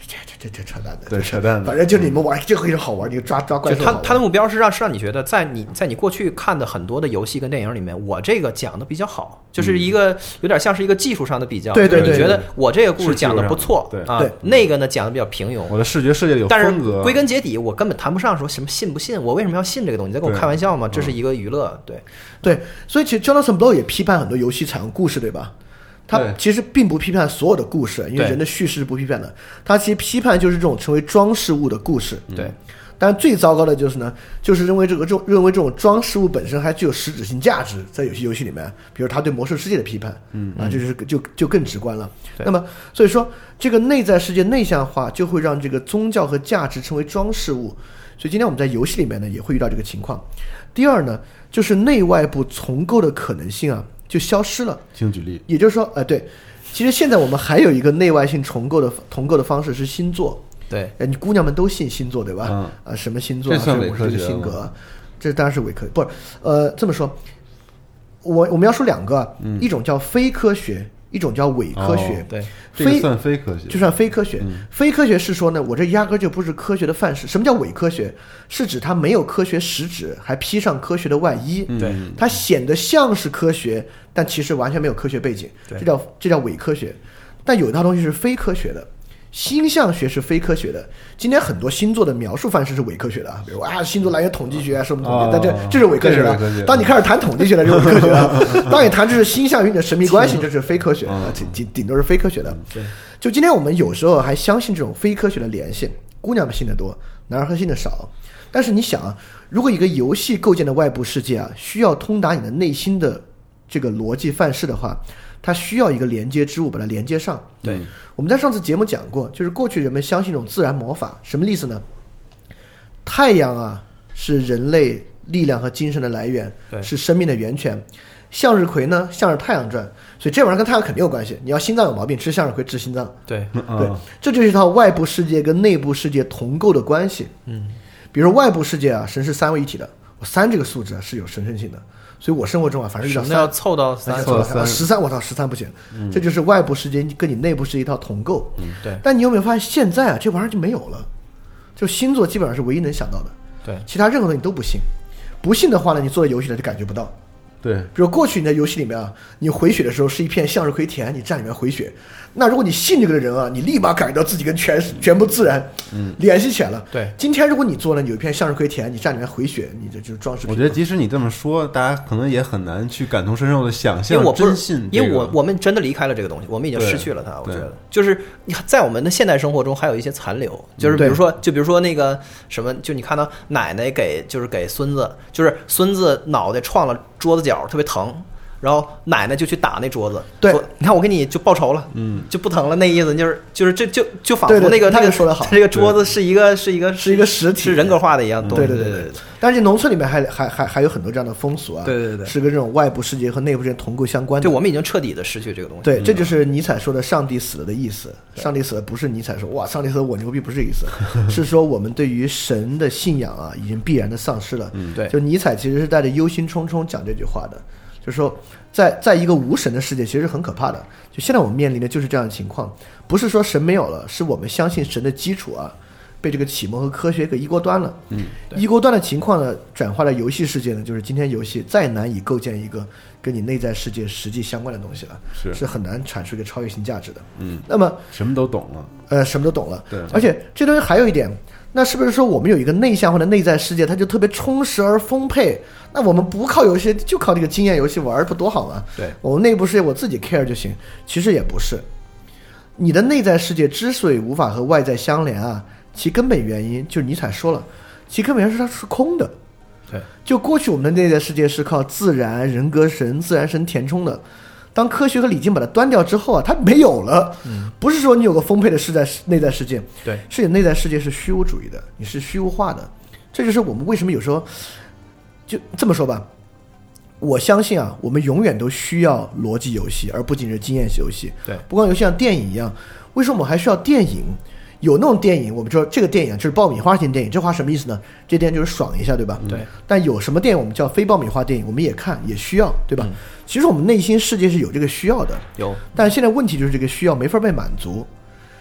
这这这这扯淡的， 对扯淡的， 反正就你们玩这个很好玩，你抓抓怪兽。 他他的目标是让是让你觉得，在你在你过去看的很多的游戏跟电影里面，我这个讲的比较好，就是一个有点像是一个技术上的比较。 对对对， 你觉得我这个故事讲的不错， 对啊，那个呢讲的比较平庸。 我的视觉设计有风格， 但是归根结底，我根本谈不上说什么信不信，我为什么要信这个东西？你在跟我开玩笑吗？这是一个娱乐，对对。所以其实 Jonathan Blow 也批判很多游戏采用故事，对吧？他其实并不批判所有的故事，因为人的叙事是不批判的。他其实批判就是这种成为装饰物的故事。 对， 但最糟糕的就是呢，就是认为这个这种认为这种装饰物本身还具有实质性价值，在有些游戏里面，比如他对魔兽世界的批判，嗯啊，这就是就就更直观了。那么所以说，这个内在世界内向化就会让这个宗教和价值成为装饰物。所以今天我们在游戏里面呢，也会遇到这个情况。第二呢，就是内外部重构的可能性啊。就消失了。 请举例。 也就是说，呃，对，其实现在我们还有一个内外性重构的同构的方式是星座。 对， 你姑娘们都信星座对吧？ 嗯啊，什么星座、啊？ 这算伪科学这个性格，这当然是伪科学。不是，呃，这么说，我我们要说两个，嗯、一种叫非科学。一种叫伪科学， 哦、 对， 这个算非科学， 就算非科学。 嗯、 非科学是说呢，我这压根就不是科学的范式。什么叫伪科学？是指它没有科学实质，还披上科学的外衣。 对、 嗯， 它显得像是科学，但其实完全没有科学背景。这叫这叫伪科学。但有一套东西是非科学的。星象学是非科学的，今天很多星座的描述范式是伪科学的，比如啊，星座来源统计学啊，什么统计， 哦、 但这这是伪科学的。当你开始谈统计学了，就是伪科学了。当你谈这是星象与你的神秘关系，这是非科学，顶顶顶多是非科学的。就今天我们有时候还相信这种非科学的联系，姑娘们信的多，男孩信的少。但是你想啊，如果一个游戏构建的外部世界啊，需要通达你的内心的这个逻辑范式的话，它需要一个连接之物把它连接上。 对， 我们在上次节目讲过，就是过去人们相信这种自然魔法，什么意思呢？太阳啊是人类力量和精神的来源，是生命的源泉。向日葵呢向着太阳转，所以这玩意儿跟太阳肯定有关系。你要心脏有毛病，吃向日葵治心脏。 对对，这就是一套外部世界跟内部世界同构的关系。 嗯， 比如外部世界啊，神是三位一体的，我三这个数字啊是有神圣性的。所以我生活中啊，反正遇到三要凑到三， 凑到三，十三我操，十三不行、嗯，这就是外部世界跟你内部世界一套同构。 嗯，对。 但你有没有发现现在啊，这玩意儿就没有了？就星座基本上是唯一能想到的， 对， 其他任何东西你都不信。不信的话呢，你做游戏呢就感觉不到。 对， 比如过去你在游戏里面啊，你回血的时候是一片向日葵田，你站里面回血。那如果你信这个人啊，你立马感觉到自己跟全全部自然联系起来了。 对， 今天如果你做了有一片向日葵田，你站里面回血，你这就是装饰品。 我觉得即使你这么说，大家可能也很难去感同身受的想象， 因为我真信、这个，因为我我们真的离开了这个东西，我们已经失去了它。我觉得就是在我们的现代生活中还有一些残留，就是比如说，就比如说那个什么，就你看到奶奶给就是给孙子，就是孙子脑袋撞了桌子角，特别疼。然后奶奶就去打那桌子， 对， 你看我给你就报仇了， 嗯， 就不疼了，那意思就是就是这就就仿佛那个那个说得好， 这个桌子是一个是一个是一个实体， 是人格化的一样东西， 对对对对。但是农村里面还还还还有很多这样的风俗啊， 对对对， 是跟这种外部世界和内部世界同构相关的。 对，我们已经彻底的失去这个东西。 对，这就是尼采说的“上帝死了”的意思。上帝死了不是尼采说哇，上帝死了我牛逼，不是这个意思，是说我们对于神的信仰啊，已经必然的丧失了。 嗯，对。 就尼采其实是带着忧心忡忡讲这句话的。就是说在在一个无神的世界其实是很可怕的，就现在我们面临的就是这样的情况，不是说神没有了，是我们相信神的基础啊被这个启蒙和科学给一锅端了。 嗯， 一锅端的情况呢转化到游戏世界呢，就是今天游戏再难以构建一个跟你内在世界实际相关的东西了， 是是很难阐述一个超越性价值的。 嗯， 那么什么都懂了， 呃什么都懂了。 对， 而且这东西还有一点，那是不是说我们有一个内向或者内在世界它就特别充实而丰沛，那我们不靠游戏就靠这个经验游戏玩不多好吗？ 对， 我们内部世界我自己 care 就行。其实也不是，你的内在世界之所以无法和外在相连啊，其根本原因就是尼采说了，其根本原因是它是空的。 对， 就过去我们的内在世界是靠自然人格神自然神填充的，当科学和理性把它端掉之后啊，它没有了。 嗯， 不是说你有个丰沛的世在内在世界， 对， 是你内在世界是虚无主义的，你是虚无化的。这就是我们为什么有时候就这么说吧，我相信啊，我们永远都需要逻辑游戏，而不仅是经验游戏。 对， 不光游戏像电影一样，为什么我们还需要电影？有那种电影，我们说这个电影就是爆米花型电影，这话什么意思呢？这电影就是爽一下，对吧？ 对。 但有什么电影我们叫非爆米花电影，我们也看也需要，对吧？ 嗯、 其实我们内心世界是有这个需要的， 有。 但现在问题就是这个需要没法被满足。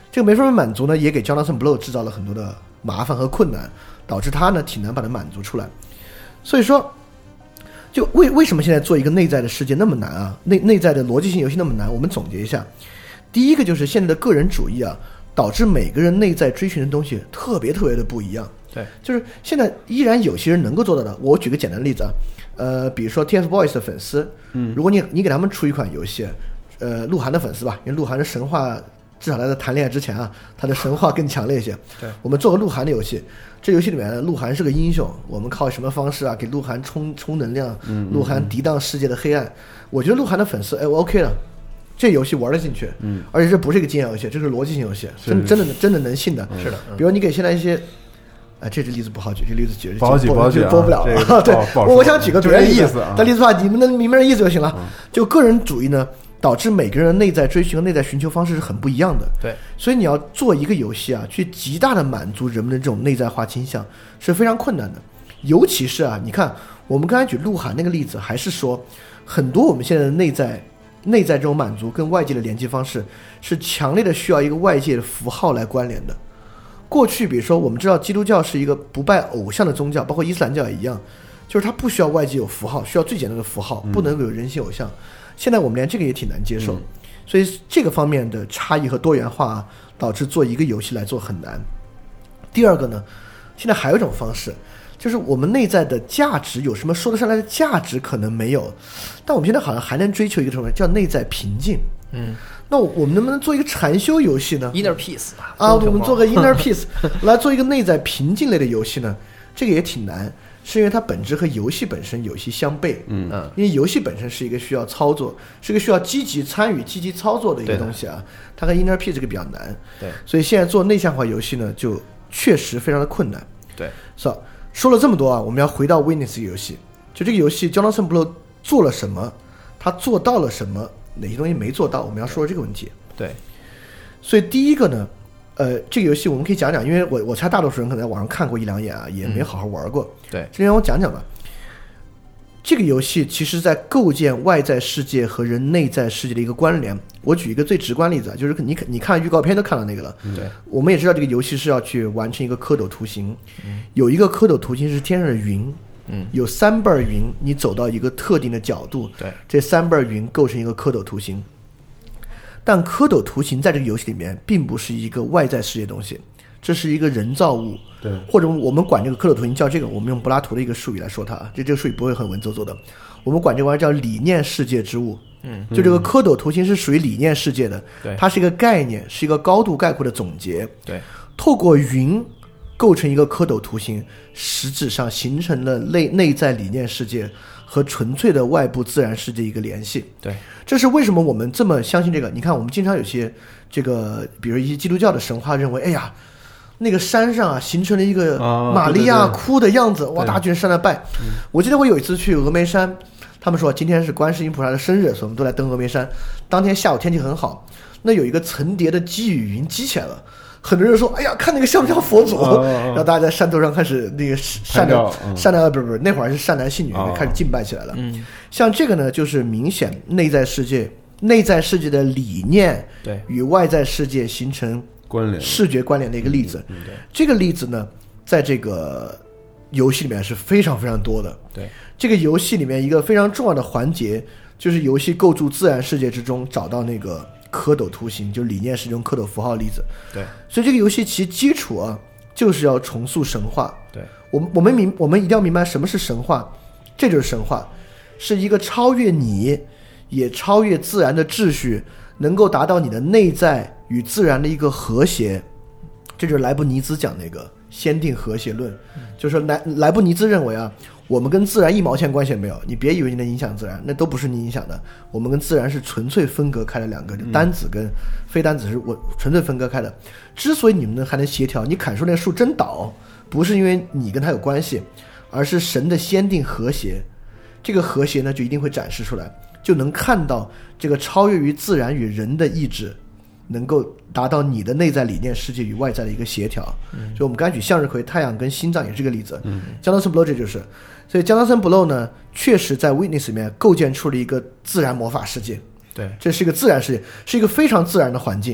这个没法满足呢，也给 Jonathan Blow 制造了很多的麻烦和困难，导致他呢挺难把它满足出来。所以说，就为为什么现在做一个内在的世界那么难啊？内内在的逻辑性游戏那么难？我们总结一下，第一个就是现在的个人主义啊，导致每个人内在追寻的东西特别特别的不一样。 对， 就是现在依然有些人能够做到的。我举个简单的例子啊，呃，比如说 TFBOYS 的粉丝，嗯，如果你你给他们出一款游戏，呃，鹿晗的粉丝吧，因为鹿晗的神话至少在他谈恋爱之前啊，他的神话更强烈一些。 对， 我们做个鹿晗的游戏，这游戏里面鹿晗是个英雄，我们靠什么方式啊，给鹿晗充充能量，嗯，鹿晗抵挡世界的黑暗。我觉得鹿晗的粉丝，哎，我 OK 了。这游戏玩得进去，嗯，而且这不是一个经验游戏，这是逻辑性游戏，真真的真的能信的， 是的。 比如你给现在一些。哎，这支例子不好举，这例子举不好举，不好举， 播不了了。啊、对，我我想举个别的意思啊， 但例子的话，你们能明白这意思就行了。嗯、就个人主义呢，导致每个人内在追寻和内在寻求方式是很不一样的。 对， 所以你要做一个游戏啊，去极大的满足人们的这种内在化倾向是非常困难的。尤其是啊，你看我们刚才举鹿晗那个例子，还是说很多我们现在的内在内在这种满足跟外界的连接方式是强烈的需要一个外界的符号来关联的。过去比如说我们知道基督教是一个不拜偶像的宗教，包括伊斯兰教也一样，就是它不需要外界有符号，需要最简单的符号，不能够有人形偶像。现在我们连这个也挺难接受，嗯、所以这个方面的差异和多元化、啊、导致做一个游戏来做很难。第二个呢，现在还有一种方式，就是我们内在的价值有什么说得上来的价值可能没有，但我们现在好像还能追求一个什么叫内在平静。 嗯， 那我们能不能做一个禅修游戏呢 ？Inner Peace 啊，我们做个 Inner Peace 来做一个内在平静类的游戏呢？这个也挺难，是因为它本质和游戏本身有些相悖。 嗯， 因为游戏本身是一个需要操作，是一个需要积极参与、积极操作的一个东西啊。它和 Inner Peace 这个比较难。 对， 所以现在做内向化游戏呢，就确实非常的困难。 对， 是吧？说了这么多啊，我们要回到 Witness 游戏。就这个游戏 ，Jonathan Blow 做了什么？他做到了什么？哪些东西没做到？我们要说这个问题。 对， 所以第一个呢，呃，这个游戏我们可以讲讲，因为我我猜大多数人可能在网上看过一两眼啊，也没好好玩过。 嗯、对， 这边我讲讲吧。这个游戏其实在构建外在世界和人内在世界的一个关联。我举一个最直观例子啊，就是你你看预告片都看到那个了。 对， 我们也知道这个游戏是要去完成一个蝌蚪图形，嗯、有一个蝌蚪图形是天上的云。 嗯， 有三瓣云，你走到一个特定的角度， 对， 这三瓣云构成一个蝌蚪图形。但蝌蚪图形在这个游戏里面并不是一个外在世界东西，这是一个人造物。 对， 或者我们管这个蝌蚪图形叫这个，我们用柏拉图的一个术语来说它，这这个术语不会很文绉绉的，我们管这玩意儿叫理念世界之物。 嗯， 就这个蝌蚪图形是属于理念世界的， 对， 它是一个概念，是一个高度概括的总结。 对， 透过云构成一个蝌蚪图形，实质上形成了内内在理念世界和纯粹的外部自然世界一个联系。 对， 这是为什么我们这么相信这个。你看我们经常有些这个比如一些基督教的神话认为，哎呀那个山上啊形成了一个玛利亚哭的样子， 哦、对对对哇，大家居然上来拜。嗯、我记得我有一次去峨眉山，他们说今天是观世音菩萨的生日，所以我们都来登峨眉山。当天下午天气很好，那有一个层叠的积雨云积起来了，很多人说哎呀看那个像不像佛祖、哦、然后大家在山头上开始那个善男、嗯、善男不是不是那会儿是善男信女、哦、开始敬拜起来了、 嗯、 像这个呢就是明显内在世界内在世界的理念对与外在世界形成关联视觉关联的一个例子、 嗯嗯、 这个例子呢在这个游戏里面是非常非常多的。 对， 这个游戏里面一个非常重要的环节就是游戏构筑自然世界之中找到那个蝌蚪图形，就理念是用蝌蚪符号例子。 对， 所以这个游戏其基础啊，就是要重塑神话。 对， 我们我们明我们一定要明白什么是神话，这就是神话，是一个超越你，也超越自然的秩序，能够达到你的内在与自然的一个和谐。这就是莱布尼兹讲那个先定和谐论，嗯、就是说莱莱布尼兹认为啊。我们跟自然一毛钱关系也没有，你别以为你能影响自然，那都不是你影响的。我们跟自然是纯粹分隔开的两个，单子跟非单子是我纯粹分隔开的。之所以你们还能协调，你砍树那树真倒，不是因为你跟它有关系，而是神的先定和谐。这个和谐呢，就一定会展示出来，就能看到这个超越于自然与人的意志，能够达到你的内在理念世界与外在的一个协调。嗯，就我们刚才举向日葵、太阳跟心脏也是个例子。嗯 ，Jonathan Blow 这就是。所以 Jonathan Blow 呢，确实在 Witness 里面构建出了一个自然魔法世界。 对， 这是一个自然世界，是一个非常自然的环境。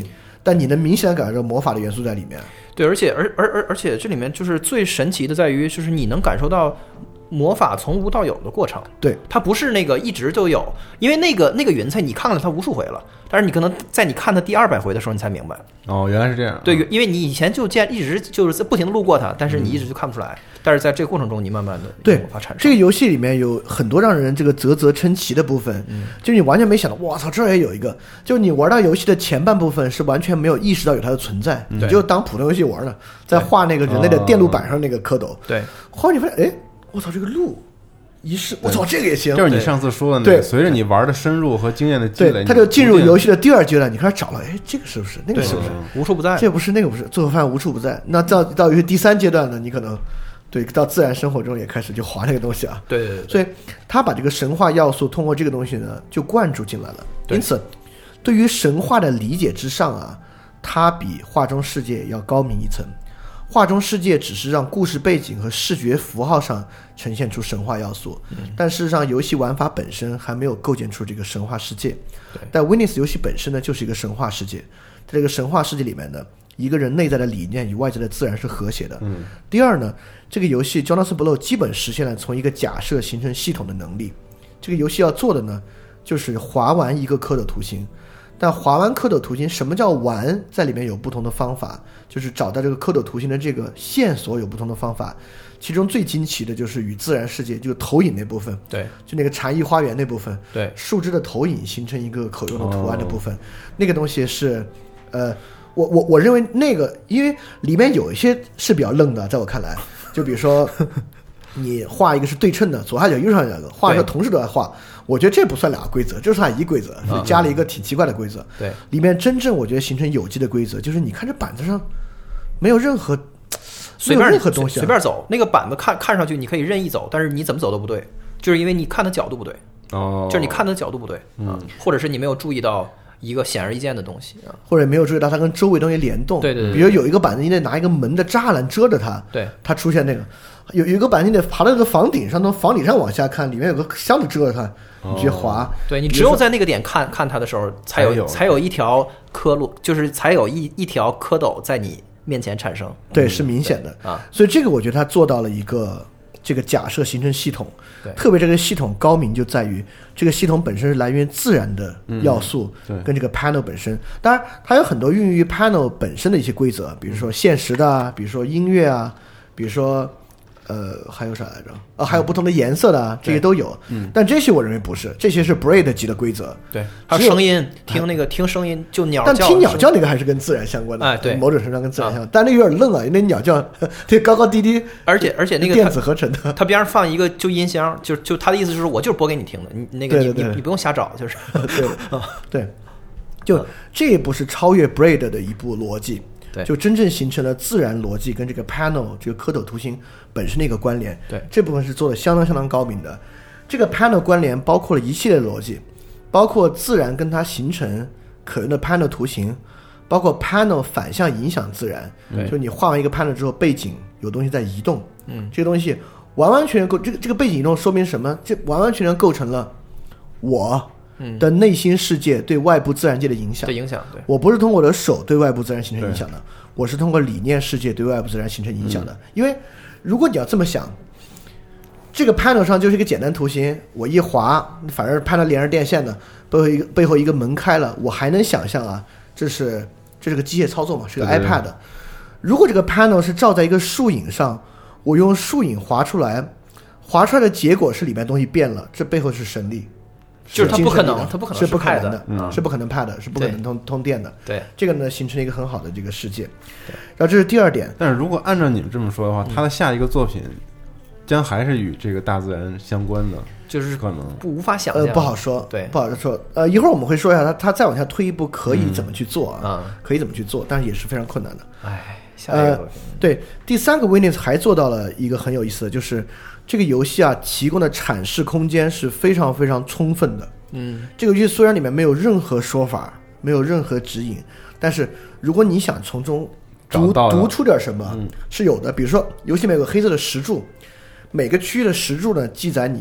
但你能明显的感受到魔法的元素在里面。 对，而且而而而而且这里面就是最神奇的在于，就是你能感受到魔法从无到有的过程。 对， 它不是那个一直就有，因为那个那个云彩你看了它无数回了，但是你可能在你看它第二百回的时候你才明白。 哦，原来是这样。 对，因为你以前就见一直就是在不停的路过它，但是你一直就看不出来。嗯、但是在这个过程中，你慢慢的对魔法产生。 这个游戏里面有很多让人这个啧啧称奇的部分，嗯、就你完全没想到，哇操，这儿也有一个。就你玩到游戏的前半部分是完全没有意识到有它的存在，嗯、你就当普通游戏玩呢，在画那个人类的电路板上那个蝌蚪。 对， 后来你发现，哎，我操，这个路。一试，我操，这个也行。 就是你上次说的那个，随着你玩的深入和经验的积累， 他就进入游戏的第二阶段，你开始找了，哎，这个是不是？那个是不是？ 无处不在。 这不是，那个不是，最后发现无处不在。那到到游戏第三阶段呢，你可能对到自然生活中也开始就划那个东西啊。 对对对。 所以他把这个神话要素通过这个东西呢，就灌注进来了。因此，对于神话的理解之上啊，它比画中世界要高明一层。画中世界只是让故事背景和视觉符号上呈现出神话要素，嗯、但事实上游戏玩法本身还没有构建出这个神话世界。但 Witness 游戏本身呢就是一个神话世界，在这个神话世界里面呢，一个人内在的理念与外在的自然是和谐的。嗯、第二呢，这个游戏 Jonas Blow 基本实现了从一个假设形成系统的能力。这个游戏要做的呢，就是划完一个蝌蚪图形。但划完蝌蚪图形，什么叫玩？在里面有不同的方法，就是找到这个蝌蚪图形的这个线索有不同的方法。其中最惊奇的就是与自然世界，就是投影那部分， 对， 就那个禅意花园那部分， 对， 树枝的投影形成一个可用的图案的部分，哦、那个东西是，呃，我我我认为那个，因为里面有一些是比较愣的，在我看来，就比如说。你画一个是对称的，左下角右上角画的时候同时都在画，我觉得这不算两个规则，这算一规则，所以加了一个挺奇怪的规则。 对， 里面真正我觉得形成有机的规则，就是你看这板子上没有任何随便任何东西、啊， 随便走，那个板子看看上去你可以任意走，但是你怎么走都不对，就是因为你看的角度不对。 哦， 就是你看的角度不对，嗯，或者是你没有注意到一个显而易见的东西啊， 或者没有注意到它跟周围东西联动。 对对 对, 对， 比如有一个板子，你得拿一个门的栅栏遮着它， 对， 它出现那个。有有一个板子，你得爬到这个房顶上，从房顶上往下看，里面有个箱子遮着它，你直接滑。 哦、对你只有在那个点看看它的时候，才有, 有才有一条刻路，就是才有一一条蝌蚪在你面前产生。 对，是明显的啊。 所以这个我觉得它做到了一个这个假设形成系统。 对， 特别这个系统高明就在于这个系统本身是来源于自然的要素， 嗯、 跟这个 panel 本身。当然，它有很多孕育于 panel 本身的一些规则，比如说现实的啊，比如说音乐啊，比如说。呃，还有啥来着？啊，还有不同的颜色的啊，这些都有。嗯，但这些我认为不是，这些是 Braid 级的规则。 对，还有声音，听那个听声音，就鸟叫。 但听鸟叫那个还是跟自然相关的， 哎，对， 某种程度上跟自然相关。但那个有点愣啊，那鸟叫，对，高高低低， 而且而且那个电子合成的。 它边上放一个就音箱，就就他的意思就是我就是播给你听的，你那个你你你不用瞎找，就是对对，就这一步是超越 Braid 的一步逻辑。就真正形成了自然逻辑跟这个 panel 这个蝌蚪图形本身的一个关联。 对， 这部分是做的相当相当高明的。这个 panel 关联包括了一系列逻辑，包括自然跟它形成可用的 panel 图形，包括 panel 反向影响自然。就你画完一个 panel 之后，背景有东西在移动， 嗯， 这个东西完完全全构这个这个背景移动说明什么？这完完全全构成了我。的内心世界对外部自然界的影响， 对影响，对， 我不是通过我的手对外部自然形成影响的，我是通过理念世界对外部自然形成影响的。嗯、因为如果你要这么想，这个 panel 上就是一个简单图形，我一滑，反正 panel 连着电线的，背后一个背后一个门开了，我还能想象啊，这是这是个机械操作嘛，是个 iPad。如果这个 panel 是照在一个树影上，我用树影滑出来，滑出来的结果是里面东西变了，这背后是神力。 就是它不可能，它不可能是不可能的， 嗯、是不可能 pad 是不可能通通电的。 对， 这个呢形成了一个很好的这个世界。然后这是第二点。 但是如果按照你们这么说的话，他的下一个作品将还是与这个大自然相关的， 就是可能不无法想象， 呃，不好说， 对， 不好说。呃，一会儿我们会说一下他他再往下推一步可以怎么去做啊？ 嗯、 可以怎么去做，但是也是非常困难的。 哎，下一个、 呃，对，第三个 Witness 还做到了一个很有意思的，就是这个游戏啊提供的阐释空间是非常非常充分的。 嗯， 这个游戏虽然里面没有任何说法，没有任何指引，但是如果你想从中读读出点什么， 嗯、 是有的。比如说，游戏里面有个黑色的石柱，每个区域的石柱呢，记载你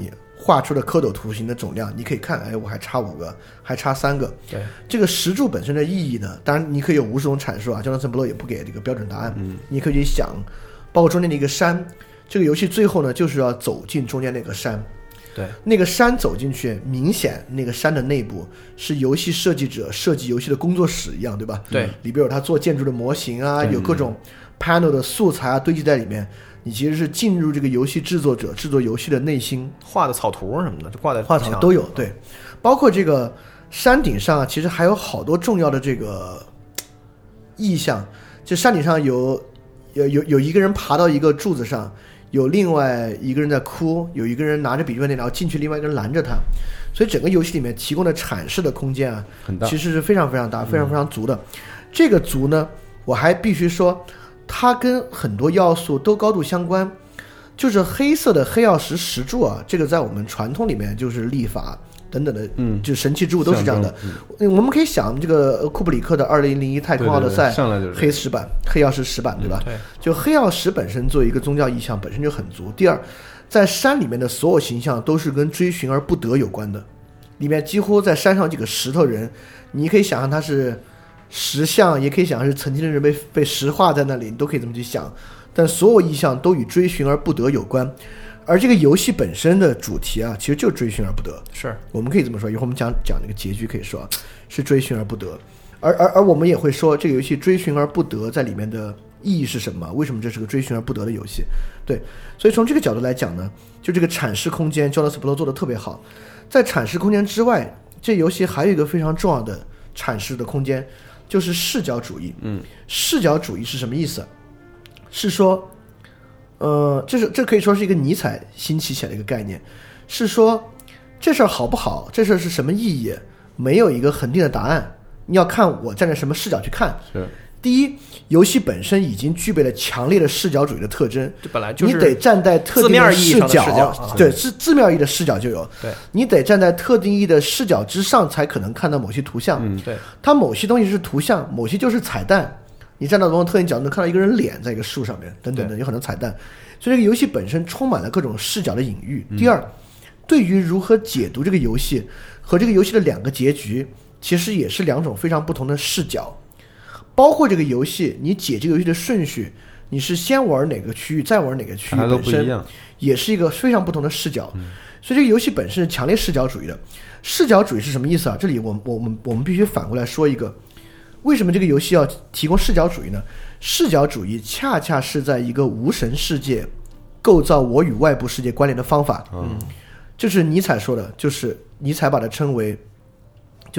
画出的蝌蚪图形的总量，你可以看，哎，我还差五个，还差三个。 对， 这个石柱本身的意义呢，当然你可以有无数种阐述啊 ，Jonathan Blow 也不给这个标准答案。嗯，你可以去想，包括中间的一个山，这个游戏最后呢，就是要走进中间那个山。 对， 那个山走进去，明显那个山的内部是游戏设计者设计游戏的工作室一样，对吧？ 对， 里边有他做建筑的模型啊，有各种 panel 的素材啊堆积在里面。你其实是进入这个游戏制作者制作游戏的内心， 画的草图什么的，就挂在画草都有。对，包括这个山顶上啊，其实还有好多重要的这个意象。就山顶上有有有有一个人爬到一个柱子上，有另外一个人在哭，有一个人拿着笔记本电脑进去，另外一个人拦着他。所以整个游戏里面提供的阐释的空间啊， 很大， 其实是非常非常大、非常非常足的。嗯、这个足呢，我还必须说。它跟很多要素都高度相关，就是黑色的黑曜石石柱啊，这个在我们传统里面就是历法等等的，嗯，就神奇之物都是这样的。嗯、我们可以想这个库布里克的二零零一太空奥德赛黑石板、黑曜石石板，对吧？ 对， 就黑曜石本身作为一个宗教意象本身就很足。第二，在山里面的所有形象都是跟追寻而不得有关的，里面几乎在山上几个石头人，你可以想象它是。石像也可以想是曾经的人被被石化在那里，你都可以这么去想，但所有意象都与追寻而不得有关，而这个游戏本身的主题啊，其实就追寻而不得， 是我们可以这么说。一会儿我们讲讲那个结局，可以说是追寻而不得，而而而我们也会说这个游戏追寻而不得在里面的意义是什么？为什么这是个追寻而不得的游戏？对，所以从这个角度来讲呢，就这个阐释空间 Jonathan Blow 做得特别好。在阐释空间之外，这游戏还有一个非常重要的阐释的空间。就是视角主义。 嗯， 视角主义是什么意思？是说，呃，这是这可以说是一个尼采兴起起来的一个概念，是说这事儿好不好，这事儿是什么意义，没有一个恒定的答案，你要看我站在什么视角去看。 是。 第一，游戏本身已经具备了强烈的视角主义的特征， 这本来就是你得站在特定的视角， 字面意义上的视角， 对，是字面意义的视角就有。 对， 你得站在特定意义的视角之上，才可能看到某些图像。 嗯，对， 它某些东西是图像，某些就是彩蛋。你站到某种特定角度，能看到一个人脸在一个树上面，等等的，有很多彩蛋。所以这个游戏本身充满了各种视角的隐喻。第二，对于如何解读这个游戏和这个游戏的两个结局，其实也是两种非常不同的视角。包括这个游戏，你解这个游戏的顺序，你是先玩哪个区域，再玩哪个区域，本身也是一个非常不同的视角。嗯、所以这个游戏本身是强烈视角主义的。视角主义是什么意思啊？这里我们我们我们必须反过来说一个，为什么这个游戏要提供视角主义呢？视角主义恰恰是在一个无神世界构造我与外部世界关联的方法。 嗯， 就是尼采说的，就是尼采把它称为，就是。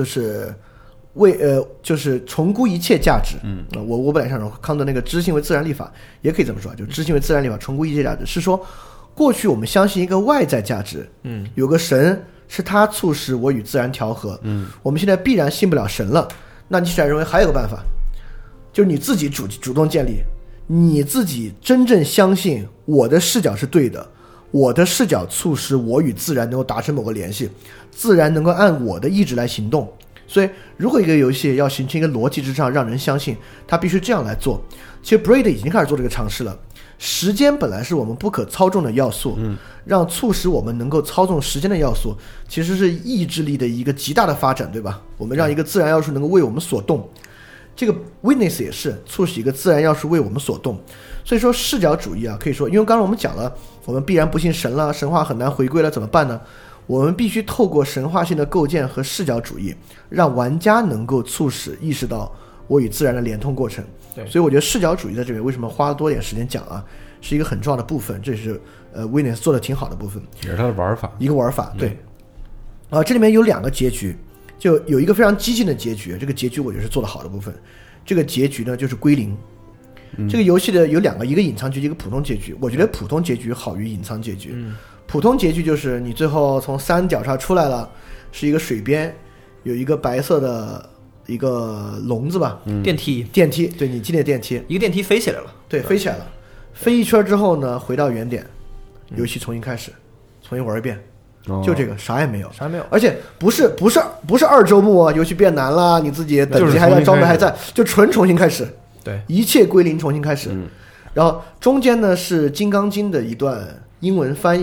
为呃，就是重估一切价值。 嗯， 呃、我我本来想说康德那个知性为自然立法，也可以这么说，就知性为自然立法，重估一切价值，是说过去我们相信一个外在价值， 嗯， 有个神是他促使我与自然调和， 嗯， 我们现在必然信不了神了，那你显然认为还有个办法，就是你自己主主动建立，你自己真正相信我的视角是对的，我的视角促使我与自然能够达成某个联系，自然能够按我的意志来行动。所以如果一个游戏要形成一个逻辑之上让人相信，它必须这样来做。其实 Braid 已经开始做这个尝试了。时间本来是我们不可操纵的要素， 嗯， 让促使我们能够操纵时间的要素其实是意志力的一个极大的发展，对吧？我们让一个自然要素能够为我们所动，这个 Witness 也是促使一个自然要素为我们所动。所以说视角主义啊，可以说因为刚刚我们讲了，我们必然不信神了，神话很难回归了，怎么办呢？我们必须透过神话性的构建和视角主义，让玩家能够促使意识到我与自然的连通过程。 对， 所以我觉得视角主义在这边为什么花了多点时间讲啊，是一个很重要的部分，这是呃 Witness 做的挺好的部分， 也是它的玩法， 一个玩法。对，啊、呃，这里面有两个结局，就有一个非常激进的结局，这个结局我觉得是做的好的部分。这个结局呢就是归零。嗯、这个游戏的有两个，一个隐藏结局，一个普通结局。我觉得普通结局好于隐藏结局。 嗯， 普通结局就是你最后从山脚上出来了，是一个水边，有一个白色的一个笼子吧， 嗯、电梯， 电梯，对，你进的电梯， 一个电梯飞起来了， 对，飞起来了，飞一圈之后呢，回到原点，游戏重新开始，重新玩一遍， 哦、 就这个啥也没有， 啥也没有， 而且不是不是不是二周目啊，游戏变难了，你自己等级还在，装备还在，就纯重新开始， 对， 一切归零，重新开始， 嗯、 然后中间呢是《金刚经》的一段英文翻译。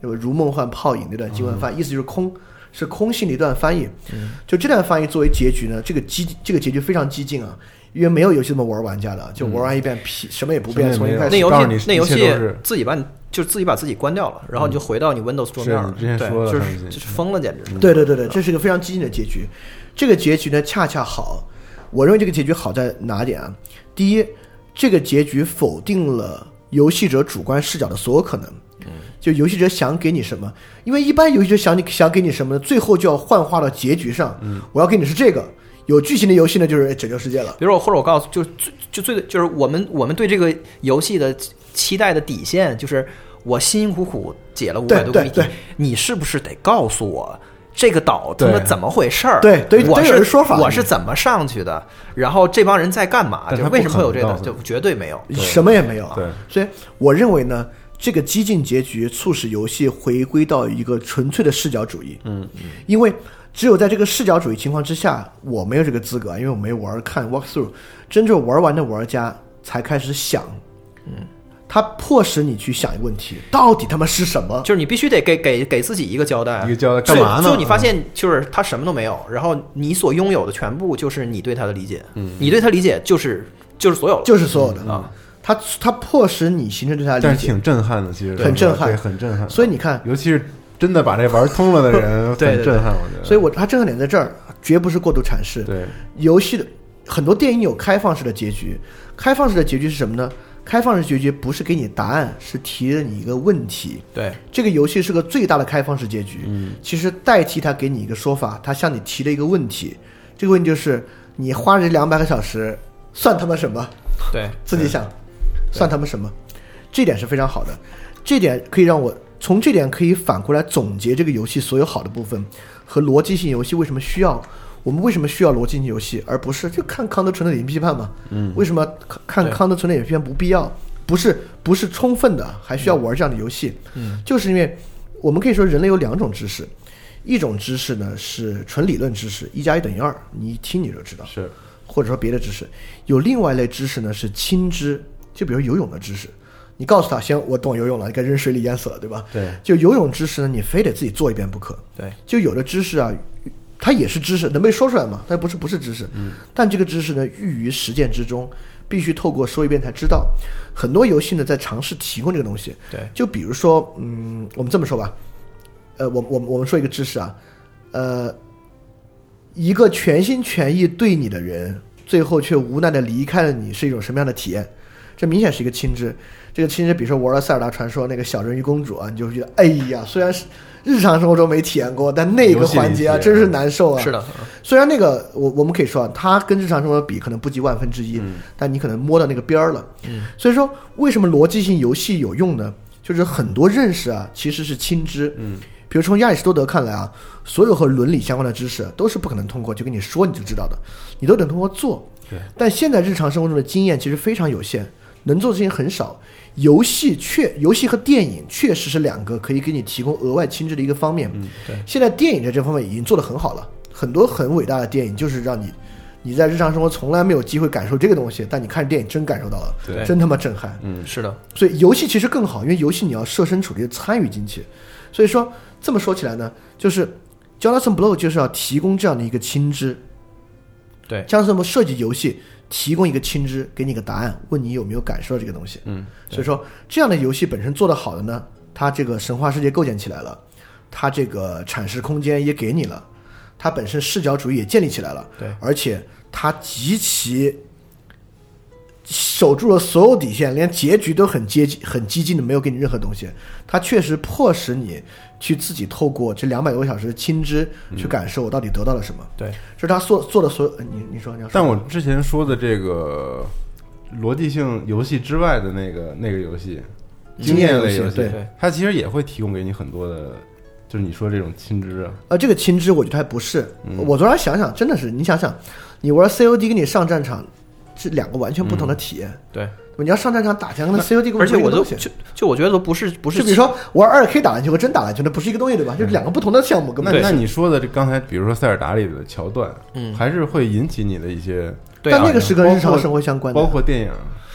对吧？如梦幻泡影那段经文翻译，意思就是空，是空性的一段翻译。就这段翻译作为结局呢，这个激这个结局非常激进啊，因为没有游戏这么玩玩家的，就玩完一遍屁什么也不变，重新开始。 那游戏那游戏自己把你就自己把自己关掉了，然后你就回到你 Windows 桌面了。 对， 就是就是疯了，简直是。 对对对对，这是一个非常激进的结局。这个结局呢，恰恰好，我认为这个结局好在哪点啊？第一，这个结局否定了游戏者主观视角的所有可能。就游戏者想给你什么，因为一般游戏者想你想给你什么，最后就要幻化到结局上。嗯，我要给你是这个。有剧情的游戏呢，就是拯救世界了。 比如我或者我告诉，就最就最就是我们我们对这个游戏的期待的底线，就是我辛辛苦苦解了五百多个谜题，你是不是得告诉我这个岛他妈怎么回事儿？ 对对， 我是说法， 我是怎么上去的？然后这帮人在干嘛？就为什么会有这个？就绝对没有， 什么也没有。 对， 所以我认为呢，这个激进结局促使游戏回归到一个纯粹的视角主义。嗯，因为只有在这个视角主义情况之下，我没有这个资格，因为我没玩看 walkthrough， 真正玩完的玩家才开始想。嗯。他迫使你去想一个问题，到底他妈是什么？ 就是你必须得给给给自己一个交代， 一个交代干嘛呢？ 最后你发现就是他什么都没有，然后你所拥有的全部就是你对他的理解，嗯，你对他理解就是就是所有， 就是所有的啊。他他迫使你形成对他的理解， 但是挺震撼的，其实很震撼， 对，很震撼。 所以你看， 尤其是真的把这玩通了的人，很震撼。我觉得， 所以我他震撼点在这儿，绝不是过度阐释。 对， 游戏的很多电影有开放式的结局，开放式的结局是什么呢？开放式结局不是给你答案，是提了你一个问题。 对， 这个游戏是个最大的开放式结局。嗯，其实代替他给你一个说法，他向你提了一个问题。这个问题就是你花这两百个小时，算他妈什么？ 对， 自己想，算他们什么？这点是非常好的。这点可以让我从这点可以反过来总结这个游戏所有好的部分和逻辑性游戏为什么需要。我们为什么需要逻辑性游戏，而不是就看康德纯的理性批判嘛？嗯，为什么看康德纯的理性批判不必要？不是不是充分的，还需要玩这样的游戏？嗯，就是因为我们可以说人类有两种知识，一种知识呢是纯理论知识，一加一等于二，你一听你就知道， 是， 或者说别的知识。有另外一类知识呢是亲知，就比如游泳的知识。你告诉他，行，我懂游泳了，你该扔水里淹死了，对吧？ 对。 就游泳知识呢，你非得自己做一遍不可。 对。 就有的知识啊。它也是知识，能被说出来吗？但不是不是知识，嗯，但这个知识呢，寓于实践之中，必须透过说一遍才知道。很多游戏呢，在尝试提供这个东西。 对， 就比如说，嗯，我们这么说吧，呃，我我我们说一个知识啊，呃，一个全心全意对你的人，最后却无奈的离开了你，是一种什么样的体验？这明显是一个亲知。这个亲知，比如说玩了塞尔达传说那个小人鱼公主啊，你就觉得，哎呀，虽然是日常生活中没体验过，但那个环节啊，真是难受啊。 是的， 虽然那个我我们可以说啊，它跟日常生活比可能不及万分之一，嗯，但你可能摸到那个边儿了。嗯，所以说为什么逻辑性游戏有用呢？就是很多认识啊，其实是亲知。嗯，比如从亚里士多德看来啊，所有和伦理相关的知识都是不可能通过就跟你说你就知道的，你都得通过做。 对， 但现在日常生活中的经验其实非常有限，能做的事情很少。游戏确，游戏和电影确实是两个可以给你提供额外亲知的一个方面。 嗯，对。 现在电影在这方面已经做得很好了，很多很伟大的电影就是让你，你在日常生活从来没有机会感受这个东西，但你看电影真感受到了， 对， 真他妈震撼。 嗯，是的。 所以游戏其实更好，因为游戏你要设身处地的参与进去。所以说这么说起来呢，就是 Jonathan Blow 就是要提供这样的一个亲知。 对 ，Jonathan Blow 设计游戏。提供一个亲知，给你个答案，问你有没有感受到这个东西。 嗯， 所以说这样的游戏本身做得好的呢，它这个神话世界构建起来了，它这个阐释空间也给你了，它本身视角主义也建立起来了。 对， 而且它极其守住了所有底线，连结局都很接近、很激进的，没有给你任何东西。它确实迫使你去自己透过这两百多个小时的亲知去感受我到底得到了什么。 对， 这是他做做的所有。你你说你要说。 但我之前说的这个逻辑性游戏之外的那个那个游戏，经验类游戏， 对， 它其实也会提供给你很多的，就是你说这种亲知啊。 呃，这个亲知我觉得还不是。嗯、我昨天想想，真的是你想想，你玩 C O D 跟你上战场是两个完全不同的体验。 嗯、对。 你要上战场打枪，跟 C O D 而且我都就就我觉得都不是不是， 就比如说玩二 K 打篮球和真打篮球，那不是一个东西，对吧？就是两个不同的项目。根本那那你说的这刚才，比如说塞尔达里的桥段，嗯，还是会引起你的一些， 但那个是跟日常生活相关的， 包括电影。 对，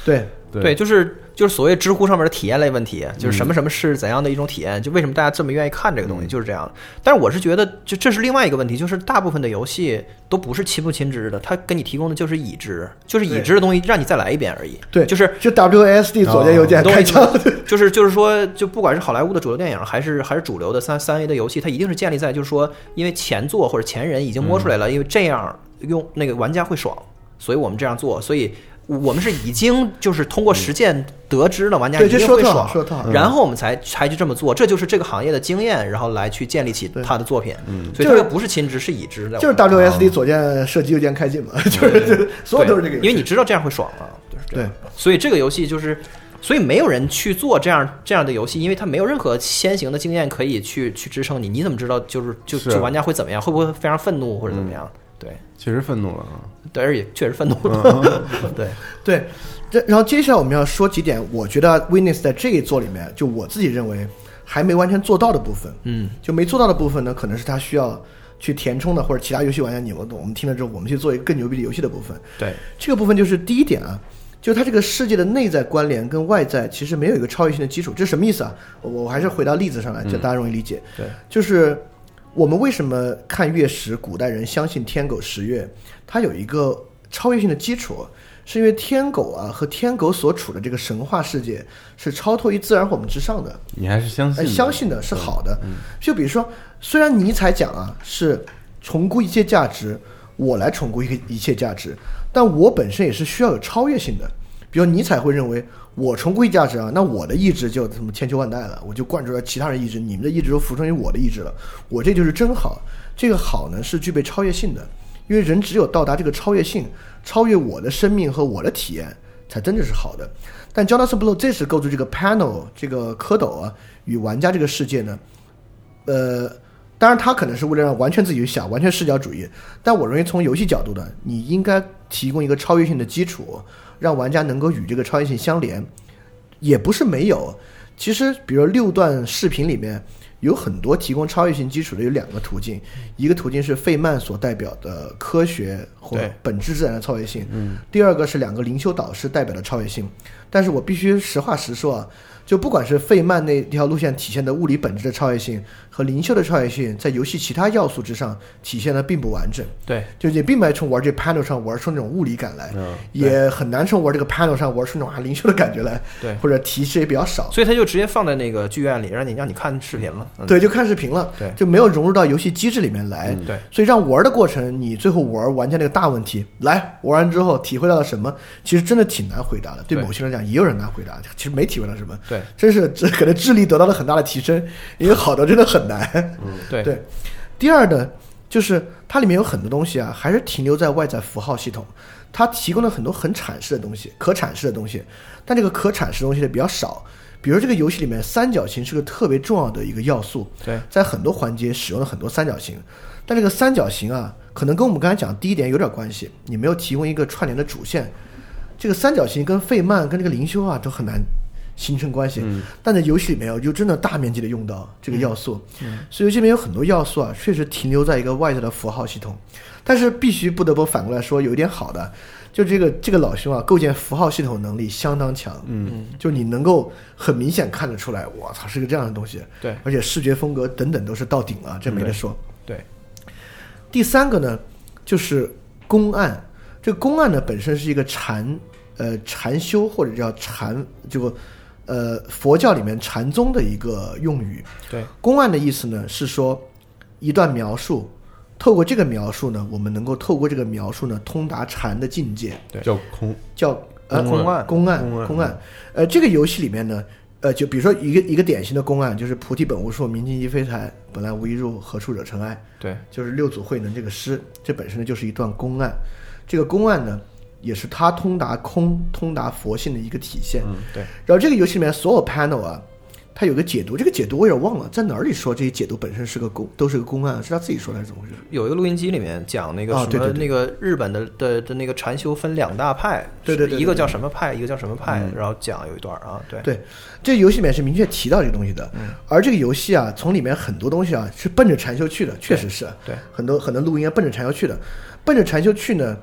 对, 对，就是就是所谓知乎上面的体验类问题，就是什么什么是怎样的一种体验，嗯、就为什么大家这么愿意看这个东西，嗯、就是这样。但是我是觉得，就这是另外一个问题，就是大部分的游戏都不是亲不亲知的，它给你提供的就是已知，就是已知的东西让你再来一遍而已。 对， 就是就 W A S D 左键右键开枪，哦、 就是就是说，就不管是好莱坞的主流电影，还是还是主流的三三 A 的游戏，它一定是建立在就是说，因为前作或者前人已经摸出来了，嗯、因为这样用那个玩家会爽，所以我们这样做，所以。我们是已经就是通过实践得知了玩家一定会爽，然后我们才才去这么做，这就是这个行业的经验，然后来去建立起他的作品。嗯，所以这个不是亲知，是已知的， 就是 W S D 左键射击右键开进嘛，就是所有都是这个， 因为你知道这样会爽啊，对，所以这个游戏就是。所以没有人去做这样这样的游戏，因为他没有任何先行的经验可以去去支撑你。你怎么知道就是就就玩家会怎么样？会不会非常愤怒或者怎么样？嗯、对， 确实愤怒了啊！ 对，而且确实愤怒了。嗯、对对，这然后接下来我们要说几点，我觉得 Witness 在这一作里面，就我自己认为还没完全做到的部分。嗯，就没做到的部分呢，可能是他需要去填充的，或者其他游戏玩家你们我们听了之后，我们去做一个更牛逼的游戏的部分。 对， 这个部分就是第一点啊。就它这个世界的内在关联跟外在其实没有一个超越性的基础，这是什么意思啊？我我还是回到例子上来，就大家容易理解。 嗯、对， 就是我们为什么看月食，古代人相信天狗食月，它有一个超越性的基础，是因为天狗啊和天狗所处的这个神话世界是超脱于自然和我们之上的。 你还是相信的？ 相信的是好的。嗯、就比如说，虽然尼采讲啊是重估一切价值，我来重估一个一切价值。但我本身也是需要有超越性的，比如尼采会认为我重估价值啊，那我的意志就什么千秋万代了，我就灌注了其他人意志，你们的意志都服从于我的意志了，我这就是真好。这个好呢是具备超越性的，因为人只有到达这个超越性，超越我的生命和我的体验，才真正是好的。但 Jonathan Blow 这次构筑这个 panel 这个蝌蚪啊与玩家这个世界呢，呃。当然他可能是为了让完全自己去想，完全视角主义，但我认为从游戏角度呢，你应该提供一个超越性的基础，让玩家能够与这个超越性相连。也不是没有，其实比如六段视频里面有很多提供超越性基础的有两个途径，一个途径是费曼所代表的科学或本质自然的超越性，第二个是两个灵修导师代表的超越性。但是我必须实话实说啊，就不管是费曼那条路线体现的物理本质的超越性和灵修的超越性，在游戏其他要素之上体现的并不完整。 对， 就也并没从玩这 panel 上玩出那种物理感来，嗯、也很难从玩这个 panel 上玩出那种啊灵修的感觉来。 对， 或者提示也比较少， 所以他就直接放在那个剧院里，让你让你看视频了。 嗯、对，就看视频了。对，就没有融入到游戏机制里面来。 嗯、对， 所以让玩的过程，你最后玩玩家那个大问题，来玩完之后体会到了什么？其实真的挺难回答的。对某些人来讲，也有人难回答，其实没体会到什么。 对， 真是这可能智力得到了很大的提升，因为好的真的很难。 嗯，对对。第二呢，就是它里面有很多东西啊，还是停留在外在符号系统，它提供了很多很阐释的东西，可阐释的东西，但这个可阐释的东西的比较少。比如这个游戏里面三角形是个特别重要的一个要素， 对， 在很多环节使用了很多三角形，但这个三角形啊，可能跟我们刚才讲第一点有点关系，你没有提供一个串联的主线，这个三角形跟费曼跟这个灵修啊都很难形成关系，嗯、但在游戏里面就真的大面积的用到这个要素，嗯嗯、所以游戏里面有很多要素啊，确实停留在一个外在的符号系统。但是必须不得不反过来说，有一点好的，就这个这个老兄啊，构建符号系统能力相当强，嗯，就你能够很明显看得出来，我操，是个这样的东西， 对， 而且视觉风格等等都是到顶了，这没得说。 对，对第三个呢，就是公案，这个公案呢本身是一个禅呃禅修或者叫禅就。呃，佛教里面禅宗的一个用语。 对， 公案的意思呢是说一段描述，透过这个描述呢，我们能够透过这个描述呢，通达禅的境界。 对， 叫空， 叫呃公案， 公案，公案。呃，这个游戏里面呢，呃，就比如说一个一个典型的公案，就是菩提本无树，明镜亦非台，本来无一物，何处惹尘埃。 对， 就是六祖慧能这个诗，这本身呢就是一段公案。这个公案呢，也是它通达空、通达佛性的一个体现。 嗯，对。 然后这个游戏里面所有 panel 啊，它有个解读，这个解读我有点忘了，在哪里说这些解读本身是个公，都是个公案，是他自己说的还是怎么回事？ 有一个录音机里面讲那个什么， 哦、对对对那个日本的的的那个禅修分两大派， 对对 对, 对, 对, 对， 一个叫什么派，一个叫什么派， 嗯、 然后讲有一段啊，对对，这个游戏里面是明确提到这个东西的。嗯，而这个游戏啊，从里面很多东西啊是奔着禅修去的，确实是， 对， 很多很多录音啊奔着禅修去的，奔着禅修去呢。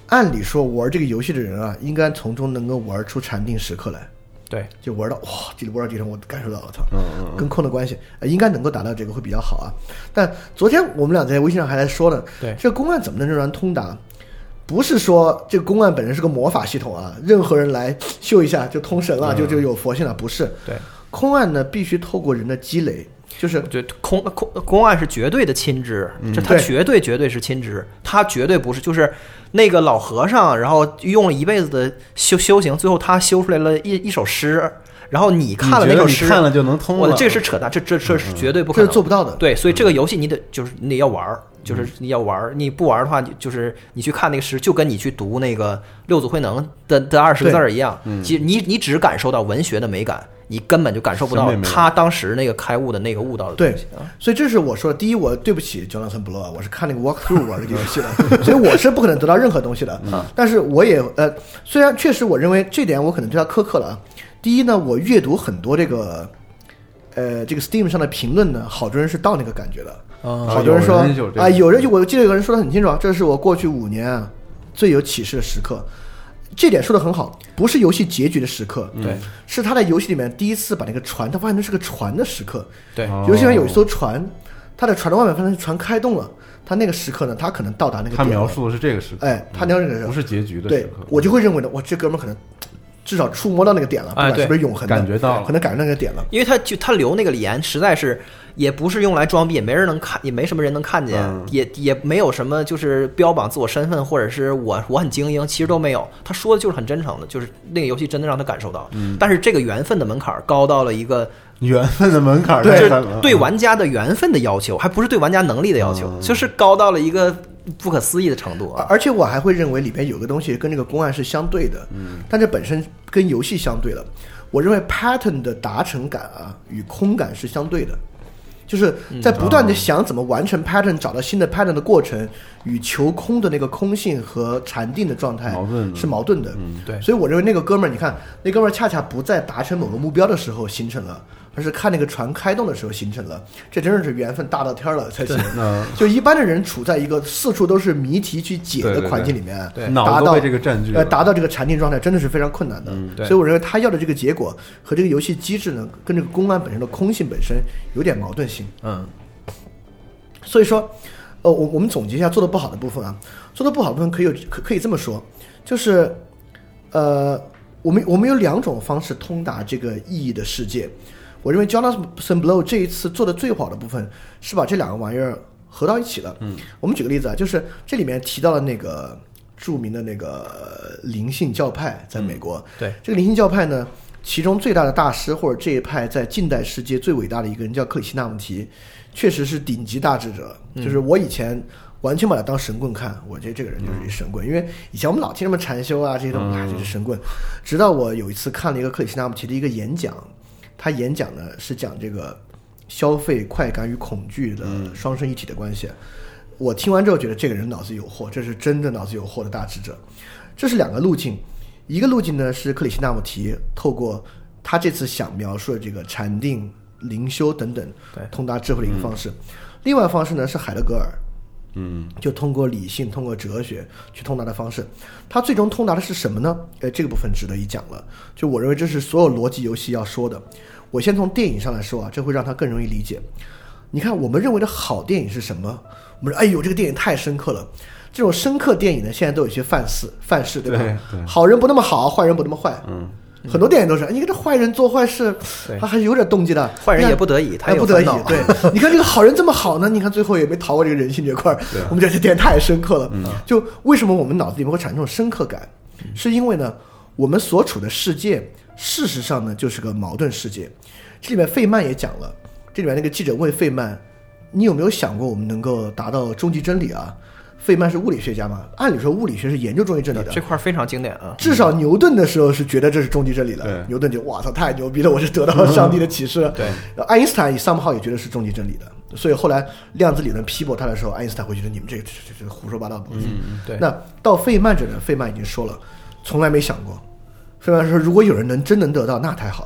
按理说玩这个游戏的人啊，应该从中能够玩出禅定时刻来。 对， 就玩到哇，这里玩到这种我感受到了，操， 嗯嗯， 跟空的关系，呃，应该能够达到这个会比较好啊。但昨天我们俩在微信上还在说呢， 对， 这个公案怎么能仍然通达？不是说这个公案本身是个魔法系统啊，任何人来秀一下就通神了，嗯、就就有佛性了，不是。 对， 空案呢必须透过人的积累。就是对空空公案是绝对的亲知， 嗯、 就他绝对绝对是亲知，他绝对不是就是那个老和尚，然后用了一辈子的修修行，最后他修出来了一一首诗，然后你看了那首诗， 你看了就能通了， 这个是扯淡，这这这是绝对不可能， 这是做不到的。 对，所以这个游戏你得就是你得要玩，就是你要玩，你不玩的话，就是你去看那个诗，就跟你去读那个六祖慧能的的二十个字一样，其实你你只感受到文学的美感。你根本就感受不到他当时那个开悟的那个悟道的东西。 对，所以这是我说的。第一，我对不起 Jonathan Blow 啊，我是看那个 walkthrough 玩这个游戏的，所以我是不可能得到任何东西的。嗯、但是我也呃，虽然确实我认为这点我可能对他苛刻了啊。第一呢，我阅读很多这个呃这个 Steam 上的评论呢，好多人是到那个感觉的。 嗯、 好多人说啊、呃，有人就我记得有个人说的很清楚，这是我过去五年啊最有启示的时刻。这点说的很好，不是游戏结局的时刻， 对， 是他在游戏里面第一次把那个船，他发现那是个船的时刻， 对， 游戏里面有一艘船，他的船的外面发现船开动了，他那个时刻呢，他可能到达那个点了， 他描述的是这个时刻， 哎，他描述的是不是结局的时刻， 对，我就会认为呢，哇，这哥们可能至少触摸到那个点了，不管是不是永恒的， 感觉到了， 可能感觉到那个点了， 因为他就他留那个言实在是。也不是用来装逼，也没人能看，也没什么人能看见， 嗯、 也也没有什么就是标榜自我身份，或者是我我很精英，其实都没有。他说的就是很真诚的，就是那个游戏真的让他感受到。 嗯、 但是这个缘分的门槛高到了一个缘分的门槛， 对对玩家的缘分的要求，还不是对玩家能力的要求， 嗯、 就是高到了一个不可思议的程度啊！ 而且我还会认为里边有个东西跟这个公案是相对的， 嗯， 但这本身跟游戏相对了。我认为 pattern 的达成感啊与空感是相对的。就是在不断的想怎么完成 pattern， 找到新的 pattern 的过程，与求空的那个空性和禅定的状态是矛盾的。 嗯， 对。 所以我认为那个哥们儿，你看那哥们儿恰恰不在达成某个目标的时候形成了，而是看那个船开动的时候形成了。这真是缘分大到天了才行。就一般的人处在一个四处都是谜题去解的环境里面， 对， 达到被这个占据， 呃，达到这个禅定状态真的是非常困难的。 嗯， 对。 所以我认为他要的这个结果和这个游戏机制呢，跟这个公案本身的空性本身有点矛盾性。 嗯。 所以说，呃，我我们总结一下做的不好的部分啊，做的不好的部分可以有可可以这么说，就是，呃，我们我们有两种方式通达这个意义的世界。我认为 Jonathan Blow 这一次做的最好的部分是把这两个玩意儿合到一起了。 嗯， 我们举个例子啊，就是这里面提到了那个著名的那个灵性教派，在美国， 嗯、对这个灵性教派呢，其中最大的大师或者这一派在近代世界最伟大的一个人叫克里希那穆提。确实是顶级大智者，就是我以前完全把他当神棍看，我觉得这个人就是一神棍。因为以前我们老听什么禅修啊这些东西，啊，就是神棍。直到我有一次看了一个克里希那穆提的一个演讲，他演讲呢是讲这个消费快感与恐惧的双生一体的关系。我听完之后觉得这个人脑子有货，这是真的脑子有货的大智者。这是两个路径，一个路径呢是克里希那穆提透过他这次想描述的这个禅定、灵修等等通达智慧的一个方式，嗯、另外方式呢是海德格尔， 嗯， 就通过理性、通过哲学去通达的方式。他最终通达的是什么呢？哎，这个部分值得一讲了。就我认为这是所有逻辑游戏要说的。我先从电影上来说啊，这会让他更容易理解。你看，我们认为的好电影是什么？我们说，哎呦，这个电影太深刻了。这种深刻电影呢，现在都有一些范式，范式对吧？ 对对， 好人不那么好，坏人不那么坏。 嗯。 很多电影都是，你看这坏人做坏事，他还是有点动机的。 坏人也不得已，他也不得已。对，你看这个好人这么好呢，你看最后也没逃过这个人性这块。我们觉得这电影太深刻了。 嗯、 就为什么我们脑子里面会产生这种深刻感，嗯、是因为呢，我们所处的世界，事实上呢就是个矛盾世界。这里面费曼也讲了，这里面那个记者问费曼，你有没有想过我们能够达到终极真理啊？费曼是物理学家嘛，按理说物理学是研究终极真理的， 这块非常经典啊。 至少牛顿的时候是觉得这是终极真理的，牛顿就哇操太牛逼了，我是得到了上帝的启示了。 对， 爱因斯坦以桑普号也觉得是终极真理的，所以后来量子理论批驳他的时候，爱因斯坦会觉得你们这个这这这胡说八道的东西。 嗯，对。 那到费曼这呢，费曼已经说了，从来没想过。费曼说，如果有人能真能得到，那太好了。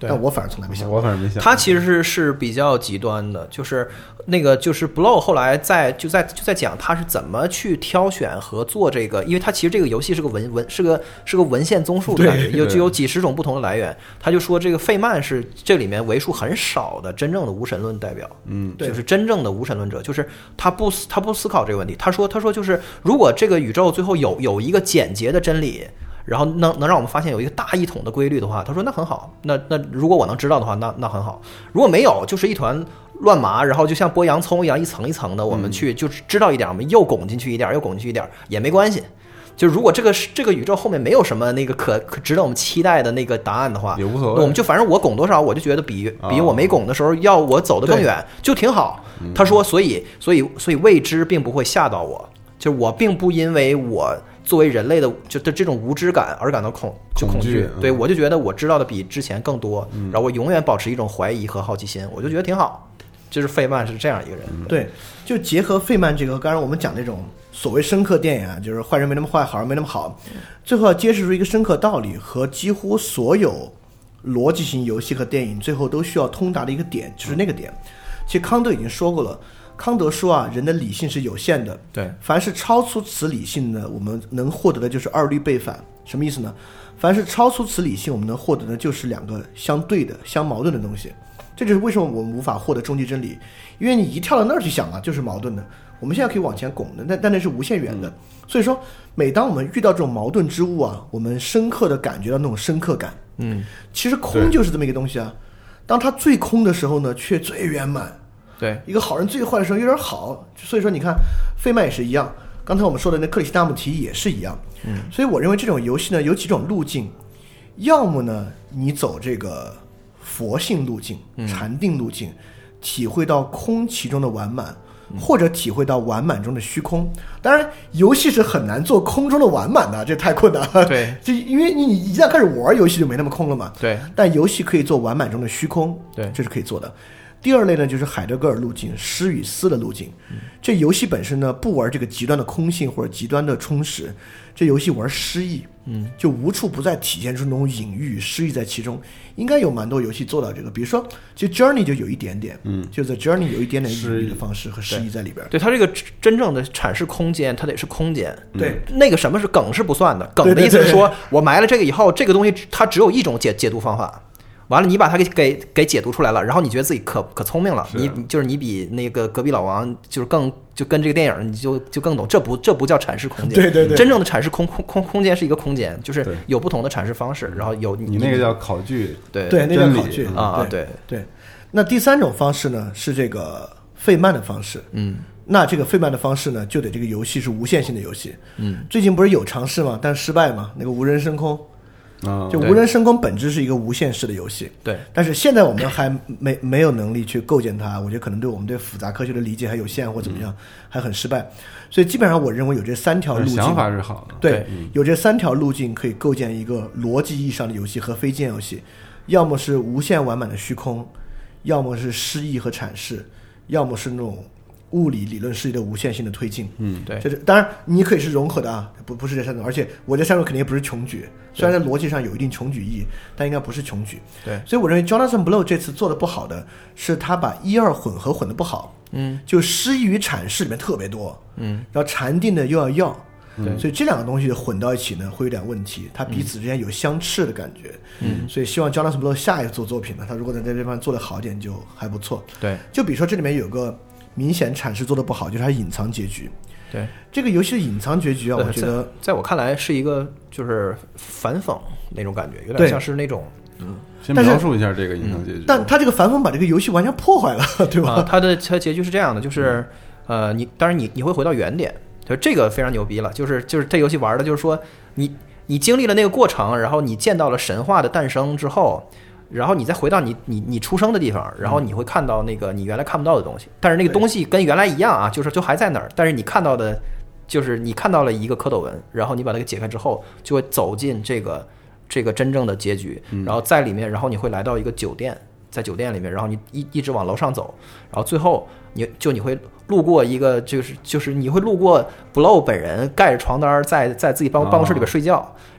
但我反而从来没想过。 我反正没想过。 他其实是是比较极端的，就是那个就是 Blow 后来在就在就在讲他是怎么去挑选和做这个，因为他其实这个游戏是个文文是个是个文献综述的感觉，有就有几十种不同的来源。他就说这个费曼是这里面为数很少的真正的无神论代表， 嗯， 就是真正的无神论者，就是他不他不思考这个问题。他说他说就是如果这个宇宙最后有有一个简洁的真理。然后能能让我们发现有一个大一统的规律的话，他说那很好，那那如果我能知道的话，那那很好。如果没有，就是一团乱麻，然后就像剥洋葱一样一层一层的，我们去就知道一点，我们又拱进去一点，又拱进去一点也没关系。就如果这个这个宇宙后面没有什么那个可可值得我们期待的那个答案的话， 也无所谓， 我们就反正我拱多少，我就觉得比比我没拱的时候要我走得更远，就挺好。他说，所以所以所以未知并不会吓到我，就是我并不因为我。作为人类的就的这种无知感而感到恐就恐惧，对我就觉得我知道的比之前更多，然后我永远保持一种怀疑和好奇心，我就觉得挺好。就是费曼是这样一个人， 对，就结合费曼这个，刚才我们讲那种所谓深刻电影啊，就是坏人没那么坏，好人没那么好，最后要揭示出一个深刻道理和几乎所有逻辑型游戏和电影最后都需要通达的一个点，就是那个点。其实康德已经说过了。康德说啊，人的理性是有限的， 对， 凡是超出此理性呢，我们能获得的就是二律背反。什么意思呢？凡是超出此理性，我们能获得的就是两个相对的、相矛盾的东西。这就是为什么我们无法获得终极真理，因为你一跳到那儿去想啊，就是矛盾的。我们现在可以往前拱的，但但那是无限远的。所以说，每当我们遇到这种矛盾之物啊，我们深刻的感觉到那种深刻感。 嗯， 其实空就是这么一个东西啊。当它最空的时候呢，却最圆满。 对， 一个好人最坏的时候有点好，所以说你看费曼也是一样，刚才我们说的那克里希纳穆提也是一样。 嗯， 所以我认为这种游戏呢有几种路径，要么呢你走这个佛性路径、禅定路径，体会到空其中的完满，或者体会到完满中的虚空。当然游戏是很难做空中的完满的，这太困难了。 对， 就因为你一旦开始玩游戏就没那么空了嘛。 对， 但游戏可以做完满中的虚空， 对， 这是可以做的。第二类呢，就是海德格尔路径，诗与思的路径。这游戏本身呢，不玩这个极端的空性或者极端的充实，这游戏玩诗意，嗯，就无处不在体现出那种隐喻、诗意在其中。应该有蛮多游戏做到这个，比如说，其实 Journey 就有一点点，嗯，就在 Journey 有一点点隐喻的方式和诗意在里边。 对，它这个真正的阐释空间，它得是空间。 对， 那个什么是梗是不算的，梗的意思是说我埋了这个以后，这个东西它只有一种解解读方法。完了，你把它给给给解读出来了，然后你觉得自己可可聪明了，你就是你比那个隔壁老王就是更就跟这个电影你就就更懂，这不这不叫阐释空间， 对对对， 真正的阐释空空空空间是一个空间，就是有不同的阐释方式，然后有你那个叫考据， 对对，那叫考据啊，对对。那第三种方式呢是这个费曼的方式， 嗯， 那这个费曼的方式呢，就得这个游戏是无限性的游戏， 嗯， 最近不是有尝试吗？但失败嘛，那个无人升空。 嗯、 就无人升空本质是一个无限式的游戏， 对。 但是现在我们还没没有能力去构建它，我觉得可能对我们对复杂科学的理解还有限，或怎么样，还很失败。所以基本上我认为有这三条路径， 想法是好的， 对， 对有这三条路径可以构建一个逻辑意义上的游戏和非经验游戏，要么是无限完满的虚空，要么是诗意和阐释，要么是那种物理理论式的无限性的推进。 嗯，对， 这是当然你可以是融合的啊，不不是这三种，而且我这三种肯定也不是穷举，虽然在逻辑上有一定穷举意义，但应该不是穷举。 对， 所以我认为 Jonathan Blow 这次做的不好的是他把一二混合混的不好， 嗯， 就诗意与阐释里面特别多， 嗯， 然后禅定的又要要。 对， 所以这两个东西混到一起呢，会有点问题，它彼此之间有相斥的感觉。 嗯， 所以希望 Jonathan Blow 下一做作品呢，他如果在这地方做得好一点，就还不错。 对， 就比如说这里面有个明显阐释做的不好，就是它隐藏结局。 对， 这个游戏的隐藏结局啊，我觉得在，在我看来是一个就是反讽那种感觉，有点像是那种嗯。 先描述一下这个隐藏结局。 嗯、但他这个反讽把这个游戏完全破坏了，对吧？ 啊、他的他结局是这样的，就是呃，你当然你你会回到原点，就这个非常牛逼了，就是就是这游戏玩的就是说你你经历了那个过程，然后你见到了神话的诞生之后。然后你再回到你你你出生的地方，然后你会看到那个你原来看不到的东西，但是那个东西跟原来一样啊，就是就还在那儿，但是你看到的，就是你看到了一个蝌蚪文，然后你把它给解开之后，就会走进这个这个真正的结局，然后在里面，然后你会来到一个酒店，在酒店里面，然后你一一直往楼上走，然后最后你就你会路过一个就是就是你会路过 Blow 本人盖着床单在在自己办办公室里边睡觉。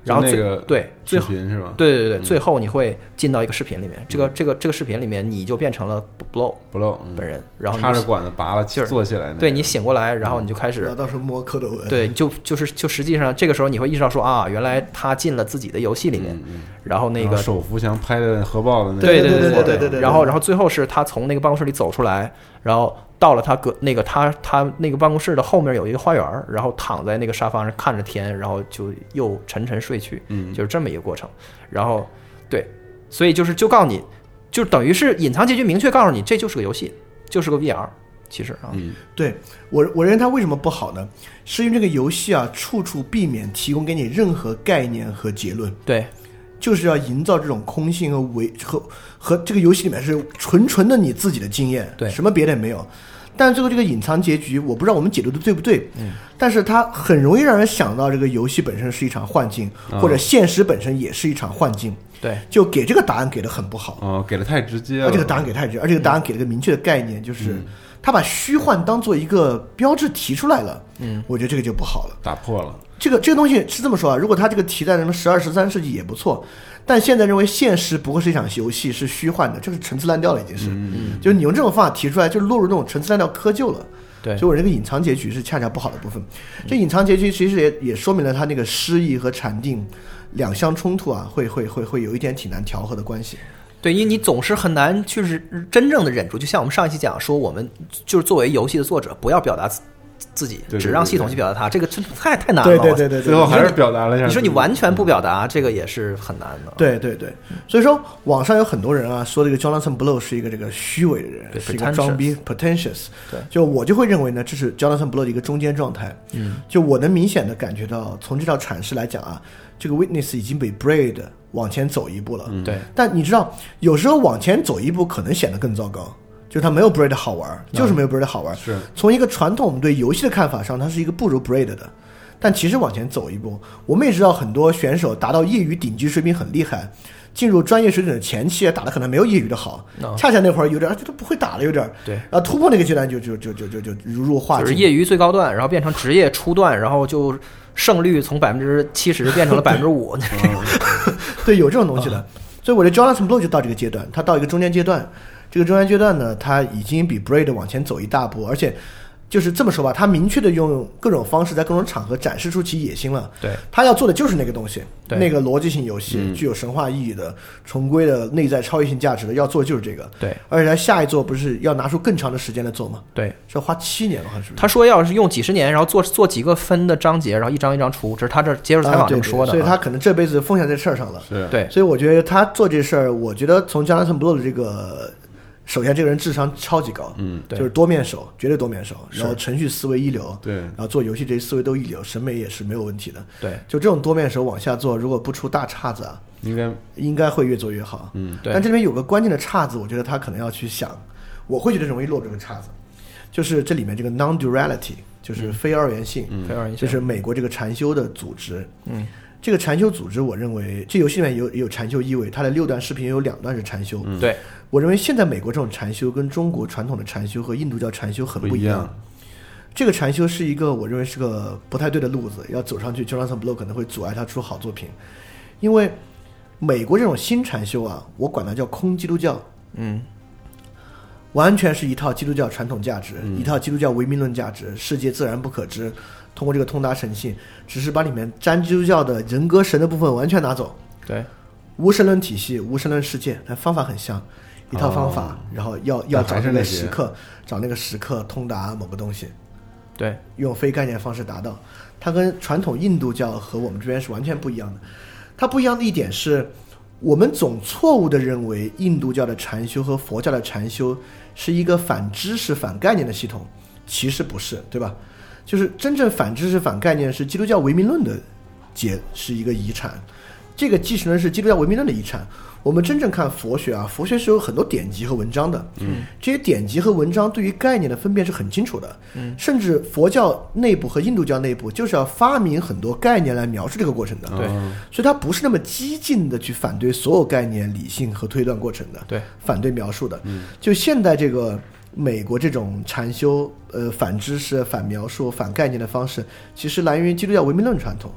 然后最那个对最后视频是吧？ 对对对对，最后你会进到一个视频里面，这个这个这个视频里面你就变成了 Blow Blow 本人，然后插着管子拔了坐起来， 对你醒过来，然后你就开始到时候摸蝌蚪纹， 对，就就是就实际上这个时候你会意识到说啊，原来他进了自己的游戏里面，然后那个手扶墙拍的核爆的那个， 对对对对对对对， 然后然后最后是他从那个办公室里走出来，然后到了他隔那个他他那个办公室的后面有一个花园，然后躺在那个沙发上看着天，然后就又沉沉睡去， 嗯， 就是这么一个过程。然后对，所以就是就告诉你，就等于是隐藏结局明确告诉你，这就是个游戏，就是个 V R。其实啊， 嗯， 对我我认为它为什么不好呢？是因为这个游戏啊，处处避免提供给你任何概念和结论。 对。 就是要营造这种空性和伪和和这个游戏里面是纯纯的你自己的经验， 对， 什么别的也没有。但最后这个隐藏结局，我不知道我们解读的对不对， 嗯， 但是它很容易让人想到这个游戏本身是一场幻境， 哦、 或者现实本身也是一场幻境。 对， 就给这个答案给的很不好， 哦，给的太直接了， 而这个答案给太直接，而这个答案给了个明确的概念，就是。嗯，他把虚幻当做一个标志提出来了， 嗯， 我觉得这个就不好了， 打破了。 这个这个东西是这么说啊，如果他这个提在什么十二、十三世纪也不错，但现在认为现实不过是一场游戏，是虚幻的，这是陈词滥调了，已经是， 嗯， 就是你用这种方法提出来，就落入那种陈词滥调窠臼了。 对， 所以我这个隐藏结局是恰恰不好的部分。这隐藏结局其实也也说明了他那个诗意和禅定两相冲突啊，会会会会有一点挺难调和的关系。 对，因为你总是很难就是真正的忍住，就像我们上一期讲说，我们就是作为游戏的作者，不要表达自己，只让系统去表达它，这个真太太难了。 对对对对， 最后还是表达了一下。 你说你完全不表达，这个也是很难的。 对对对，所以说网上有很多人啊说这个 Jonathan Blow 是一个这个虚伪的人，是一个装逼 pretentious。 对， 就我就会认为呢，这是 Jonathan Blow 的一个中间状态。 嗯， 就我能明显的感觉到，从这条阐释来讲啊，这个 Witness 已经比 Braid 往前走一步了。 嗯，对。 但你知道，有时候往前走一步可能显得更糟糕。就是它没有 Braid 好玩，就是没有 Braid 好玩。 是从一个传统我们对游戏的看法上，它是一个不如 Braid 的。但其实往前走一步，我们也知道很多选手达到业余顶级水平很厉害，进入专业水准的前期打的可能没有业余的好， 哦、 恰恰那会儿有点觉得不会打了，有点对， 然后突破那个阶段就就就就就就如入化境， 就是业余最高段，然后变成职业初段，然后就胜率从百分之七十变成了百分之五。 对，有这种东西的。哦、所以我觉得 Jonathan Blow 就到这个阶段，他到一个中间阶段。这个中间阶段呢，他已经比 Braid 往前走一大步，而且就是这么说吧，他明确的用各种方式在各种场合展示出其野心了。 对， 他要做的就是那个东西， 那个逻辑性游戏， 嗯、 具有神话意义的、重归的内在超越性价值的，要做的就是这个。 对， 而且他下一座不是要拿出更长的时间来做吗？ 对， 是要花七年了，还是？ 他说要是用几十年，然后做做几个分的章节，然后一张一张出，这是他这接受采访这么说的、啊。 所以他可能这辈子奉献在这事儿上了。 是， 对。 所以我觉得他做这事儿，我觉得从 Jonathan Blow 的这个。首先，这个人智商超级高， 嗯， 对，就是多面手，绝对多面手。然后程序思维一流， 对， 然后做游戏这些思维都一流，审美也是没有问题的， 对。 就这种多面手往下做，如果不出大岔子啊， 应该应该会越做越好， 嗯， 对。 但这里面有个关键的岔子，我觉得他可能要去想，我会觉得容易落这个岔子，就是这里面这个 non-duality， 就是非二元性， 嗯，非二元性， 就是美国这个禅修的组织， 嗯。 这个禅修组织，我认为这游戏里面有也有禅修意味，它的六段视频有两段是禅修。 嗯、对， 我认为现在美国这种禅修跟中国传统的禅修和印度教禅修很不一样。 不一样这个禅修是一个我认为是个不太对的路子，要走上去 Jonathan Blow 可能会阻碍他出好作品。因为美国这种新禅修啊，我管它叫空基督教， 嗯， 完全是一套基督教传统价值， 嗯、 一套基督教唯命论价值，世界自然不可知。通过这个通达神性，只是把里面沾基督教的人格神的部分完全拿走。 对， 无神论体系、无神论世界，但方法很像，一套方法， 哦、 然后要要找那个时刻，找那个时刻通达某个东西。 对， 用非概念方式达到。它跟传统印度教和我们这边是完全不一样的。它不一样的一点是，我们总错误地认为印度教的禅修和佛教的禅修是一个反知识、反概念的系统，其实不是，对吧？就是真正反知识反概念是基督教唯命论的结是一个遗产，这个继承人是基督教唯命论的遗产。我们真正看佛学啊，佛学是有很多典籍和文章的， 嗯， 这些典籍和文章对于概念的分辨是很清楚的， 嗯， 甚至佛教内部和印度教内部就是要发明很多概念来描述这个过程的， 对， 所以它不是那么激进的去反对所有概念理性和推断过程的， 对， 反对描述的， 嗯， 就现代这个美国这种禅修，呃，反知识、反描述、反概念的方式，其实来源于基督教唯命论传统。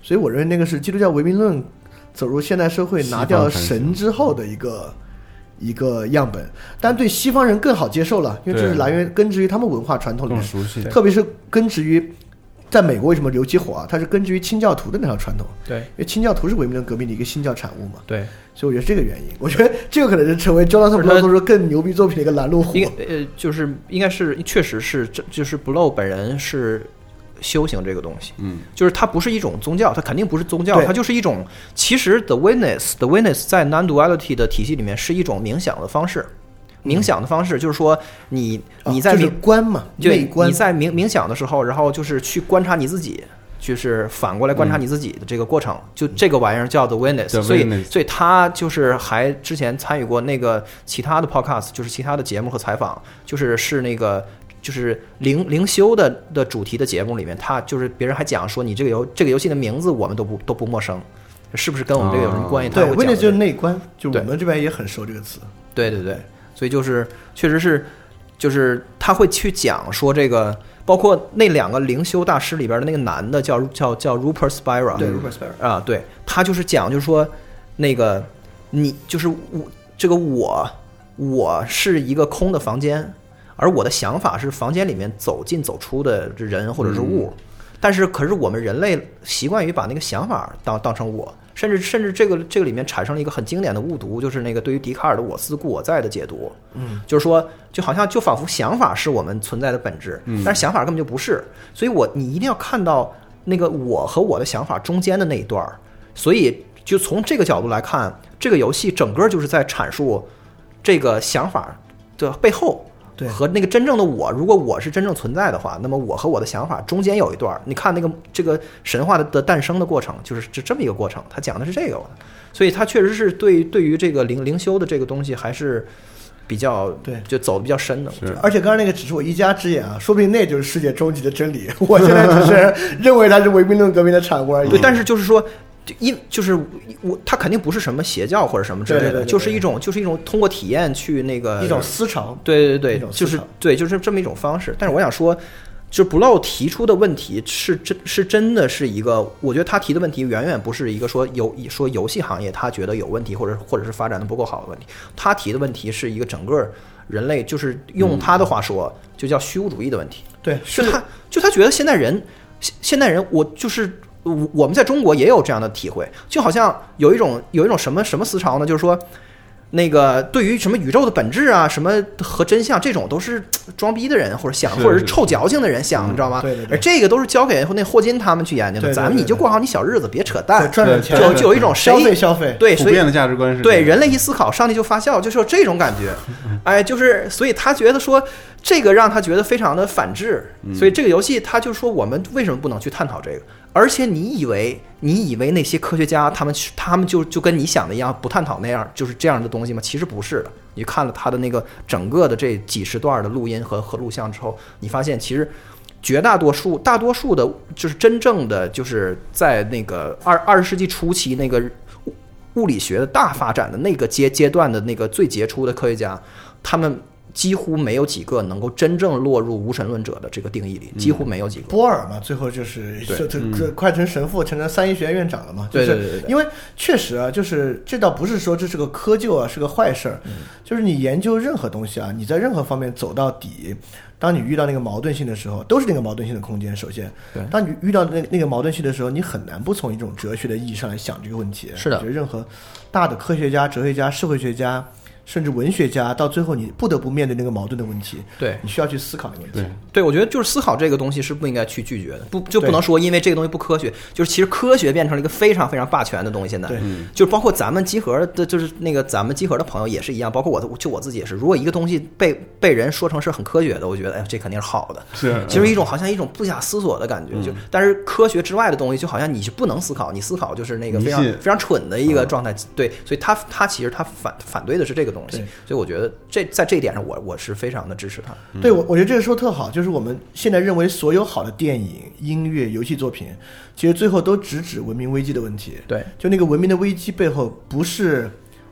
所以我认为那个是基督教唯名论走入现代社会拿掉神之后的一个一个样本，但对西方人更好接受了，因为这是来源根植于他们文化传统里面， 更熟悉， 特别是根植于在美国为什么流起火啊？它是根植于清教徒的那套传统， 对， 因为清教徒是唯名论革命的一个新教产物嘛， 对， 所以我觉得这个原因，我觉得这个可能是成为 Jonathan Blow 做出更牛逼作品的一个拦路虎， 呃，就是应该是确实是，就是 Blow 本人是修行这个东西， 嗯， 就是它不是一种宗教，它肯定不是宗教，它就是一种，其实 The Witness The Witness 在 Non-Duality 的体系里面是一种冥想的方式。冥想的方式就是说你，你你在冥、哦就是、观嘛，内观。 你在冥冥想的时候，然后就是去观察你自己，就是反过来观察你自己的这个过程，嗯、就这个玩意儿叫 The Witness。所以，所以他就是还之前参与过那个其他的 podcast， 就是其他的节目和采访，就是是那个就是灵灵修的的主题的节目里面，他就是别人还讲说你这个游这个游戏的名字我们都不都不陌生，是不是跟我们这个有什么关系？ 对 ，Witness 就是内观，就我们这边也很熟这个词。 对对对。所以就是确实是，就是他会去讲说这个，包括那两个灵修大师里边的那个男的叫叫叫 Rupert Spira， 对 Rupert Spira 啊，对，他就是讲就是说那个你就是我这个我我是一个空的房间，而我的想法是房间里面走进走出的人或者是物，嗯、但是可是我们人类习惯于把那个想法当当成我。甚至甚至这个这个里面产生了一个很经典的误读，就是那个对于笛卡尔的我思故我在的解读， 嗯， 就是说就好像就仿佛想法是我们存在的本质， 嗯， 但是想法根本就不是，所以我你一定要看到那个我和我的想法中间的那一段，所以就从这个角度来看，这个游戏整个就是在阐述这个想法的背后。 对， 和那个真正的我，如果我是真正存在的话，那么我和我的想法中间有一段，你看那个这个神话的的诞生的过程，就是这这么一个过程，他讲的是这个，所以他确实是对对于这个灵灵修的这个东西还是比较对， 就走的比较深的。 而且刚刚那个只是我一家之言啊，说不定那就是世界终极的真理。我现在只是认为它是唯名论革命的产物而已。 对，但是就是说。因就是我，它肯定不是什么邪教或者什么之类的， 对对对对就是一种就是一种通过体验去那个一种思潮， 对对对，就是对，就是这么一种方式。但是我想说，就 Blow 提出的问题是真是真的是一个，我觉得他提的问题远远不是一个说游说游戏行业他觉得有问题，或者或者是发展的不够好的问题。他提的问题是一个整个人类，就是用他的话说，嗯、就叫虚无主义的问题。 对， 就他就他觉得现代人，现代人我就是。我们在中国也有这样的体会，就好像有一种有一种什么什么思潮呢？就是说，那个对于什么宇宙的本质啊，什么和真相这种都是装逼的人或者想，或者是臭矫情的人想，你知道吗？ 对对对。 而这个都是交给那霍金他们去研究的，咱们你就过好你小日子，别扯淡， 赚点钱， 就就有一种消费消费， 对，所以普遍的价值观是对人类一思考，上帝就发笑，就是有这种感觉。哎，就是所以他觉得说这个让他觉得非常的反智，所以这个游戏他就说我们为什么不能去探讨这个？而且你以为你以为那些科学家他们他们就就跟你想的一样不探讨那样就是这样的东西吗？其实不是的。你看了他的那个整个的这几十段的录音和和录像之后，你发现其实绝大多数大多数的就是真正的就是在那个二二十世纪初期那个物理学的大发展的那个阶阶段的那个最杰出的科学家，他们几乎没有几个能够真正落入无神论者的这个定义里，几乎没有几个。 波尔嘛，最后就是这这快成神父，成了三一学院院长了嘛。 对对对对。 因为确实啊，就是这倒不是说这是个窠臼啊，是个坏事儿。嗯。就是你研究任何东西啊，你在任何方面走到底，当你遇到那个矛盾性的时候，都是那个矛盾性的空间。首先， 对， 当你遇到那那个矛盾性的时候，你很难不从一种哲学的意义上来想这个问题。 是的。 我觉得任何大的科学家、哲学家、社会学家。甚至文学家到最后你不得不面对那个矛盾的问题， 对， 你需要去思考那个问题。 对，对我觉得就是思考这个东西是不应该去拒绝的，不就不能说因为这个东西不科学，就是其实科学变成了一个非常非常霸权的东西。现在， 对， 就包括咱们集合的，就是那个咱们集合的朋友也是一样，包括我的，就我自己也是。如果一个东西被被人说成是很科学的，我觉得哎，这肯定是好的， 是， 其实一种好像一种不假思索的感觉。就但是科学之外的东西，就好像你是不能思考，你思考就是那个非常非常蠢的一个状态。对，所以他他其实他反反对的是这个东西，所以我觉得。觉得这在这一点上我，我我是非常的支持他。 对，我我觉得这个说特好，就是我们现在认为所有好的电影、音乐、游戏作品，其实最后都直指文明危机的问题。 对， 就那个文明的危机背后，不是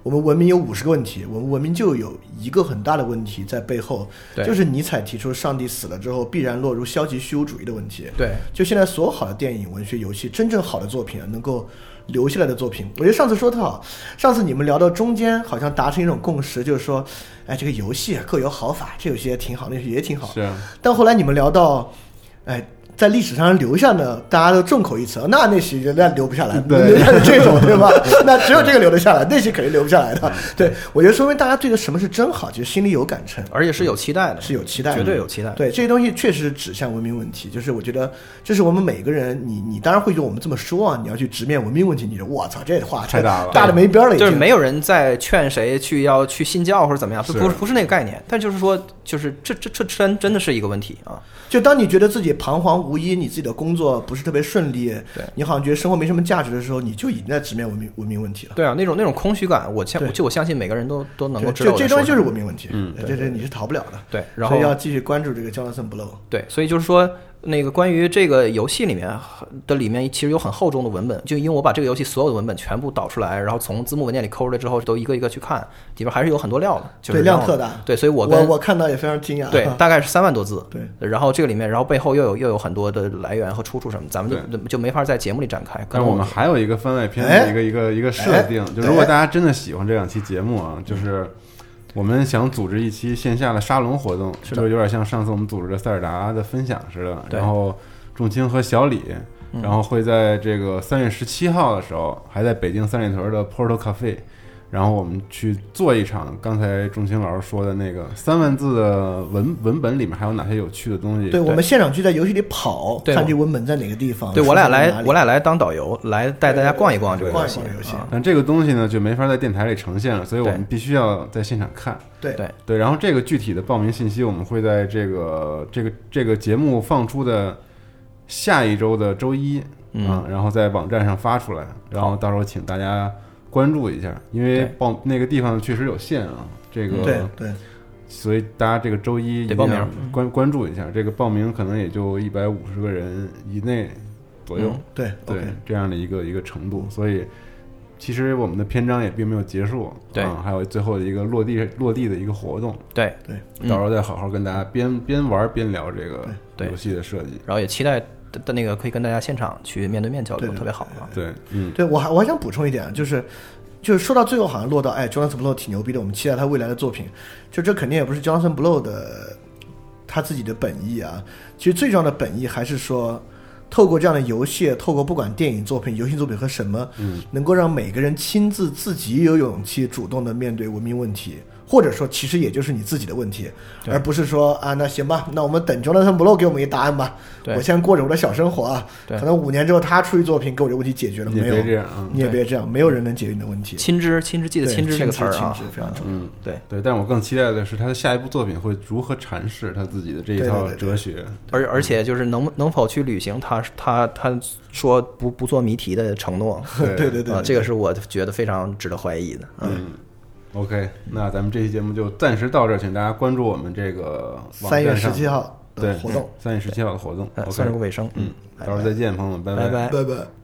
我们文明有五十个问题，我们文明就有一个很大的问题在背后，就是尼采提出上帝死了之后必然落入消极虚无主义的问题。 对， 就现在所有好的电影、文学、游戏，真正好的作品能够留下来的作品，我觉得上次说得好，上次你们聊到中间好像达成一种共识，就是说，哎，这个游戏各有好法，这有些挺好，那些也挺好。 是啊。 但后来你们聊到，哎。在历史上留下呢，大家都众口一词，那那些那留不下来，留下的这种对吧？那只有这个留得下来，那些肯定留不下来的。对，我觉得说明大家对什么是真好，就是心里有杆秤， 而且是有期待的， 是有期待的， 绝对有期待的。 对，这些东西确实指向文明问题，就是我觉得这是我们每个人，你你当然会用我们这么说啊，你要去直面文明问题，你说我操，这话太大了， 大的没边了， 就是没有人在劝谁去要去信教或者怎么样，不不是不是那个概念，但就是说，就是这这这真真的是一个问题啊。 就当你觉得自己彷徨无依，你自己的工作不是特别顺利， 对， 你好像觉得生活没什么价值的时候，你就已经在直面文明文明问题了。 对啊，那种那种空虚感，我相就我相信每个人都都能够知道。 就这东西就是文明问题， 嗯， 这这你是逃不了的。 对，然后所以要继续关注这个 Jonathan Blow。 对，所以就是说。那个关于这个游戏里面的里面其实有很厚重的文本，就因为我把这个游戏所有的文本全部导出来，然后从字幕文件里抠出来之后，都一个一个去看，里边还是有很多料的，就是对，量特大。 对，所以我我跟我看到也非常惊讶。 对，大概是三万多字。 对， 然后这个里面，然后背后又有又有很多的来源和出处什么，咱们就就没法在节目里展开。 但是我们还有一个番外篇的一个、哎、一个一个设定，就如果大家真的喜欢这两期节目啊，就是我们想组织一期线下的沙龙活动，就有点像上次我们组织的塞尔达的分享似的，然后。仲卿和小李，然后会在这个三月十七号的时候，还在北京三里屯的 Portal Cafe， 然后我们去做一场刚才仲卿老师说的那个三万字的文文本里面还有哪些有趣的东西。 对，我们现场去在游戏里跑，看这文本在哪个地方。 对，我俩来，我俩来当导游，来带大家逛一逛这个游戏。 啊、 但这个东西呢，就没法在电台里呈现了，所以我们必须要在现场看。 对对对，然后这个具体的报名信息，我们会在这个这个这个节目放出的下一周的周一， 嗯、 啊，然后在网站上发出来，然后到时候请大家关注一下，因为报那个地方确实有限啊，这个对对， 所以大家这个周一得报名关关注一下，这个报名可能也就一百五十个人以内左右， 嗯、对对、 okay 这样的一个一个程度，所以其实我们的篇章也并没有结束， 对、 啊，还有最后的一个落地落地的一个活动， 对对， 到时候再好好跟大家边边玩边聊这个游戏的设计， 然后也期待。的那个可以跟大家现场去面对面交流，特别好啊！ 对，嗯， 对我还我还想补充一点，就是就是说到最后好像落到哎 ，Jonathan Blow 挺牛逼的，我们期待他未来的作品。就这肯定也不是 Jonathan Blow 的他自己的本意啊，其实最重要的本意还是说，透过这样的游戏，透过不管电影作品、游戏作品和什么， 嗯， 能够让每个人亲自自己有勇气主动的面对文明问题。或者说其实也就是你自己的问题，而不是说啊那行吧，那我们等 Jonathan Blow 给我们一答案吧，我先过着我的小生活啊，可能五年之后他出一作品给我这个问题解决了，没有， 这样、嗯、 你也别这样，没有人能解决你的问题。 亲知亲知，记得亲知这个词儿啊， 非常重要。 嗯， 对对，但我更期待的是他的下一部作品会如何阐释他自己的这一套哲学， 对对对对而而且就是能能否去履行他他他说不不做谜题的承诺， 对对 对, 对, 对、 呃，这个是我觉得非常值得怀疑的， 嗯。嗯OK， 那咱们这期节目就暂时到这儿，请大家关注我们这个三月十七号的活动， 三月十七号的活动， 算是个尾声。 嗯，到时候再见，朋友们，拜拜拜拜拜。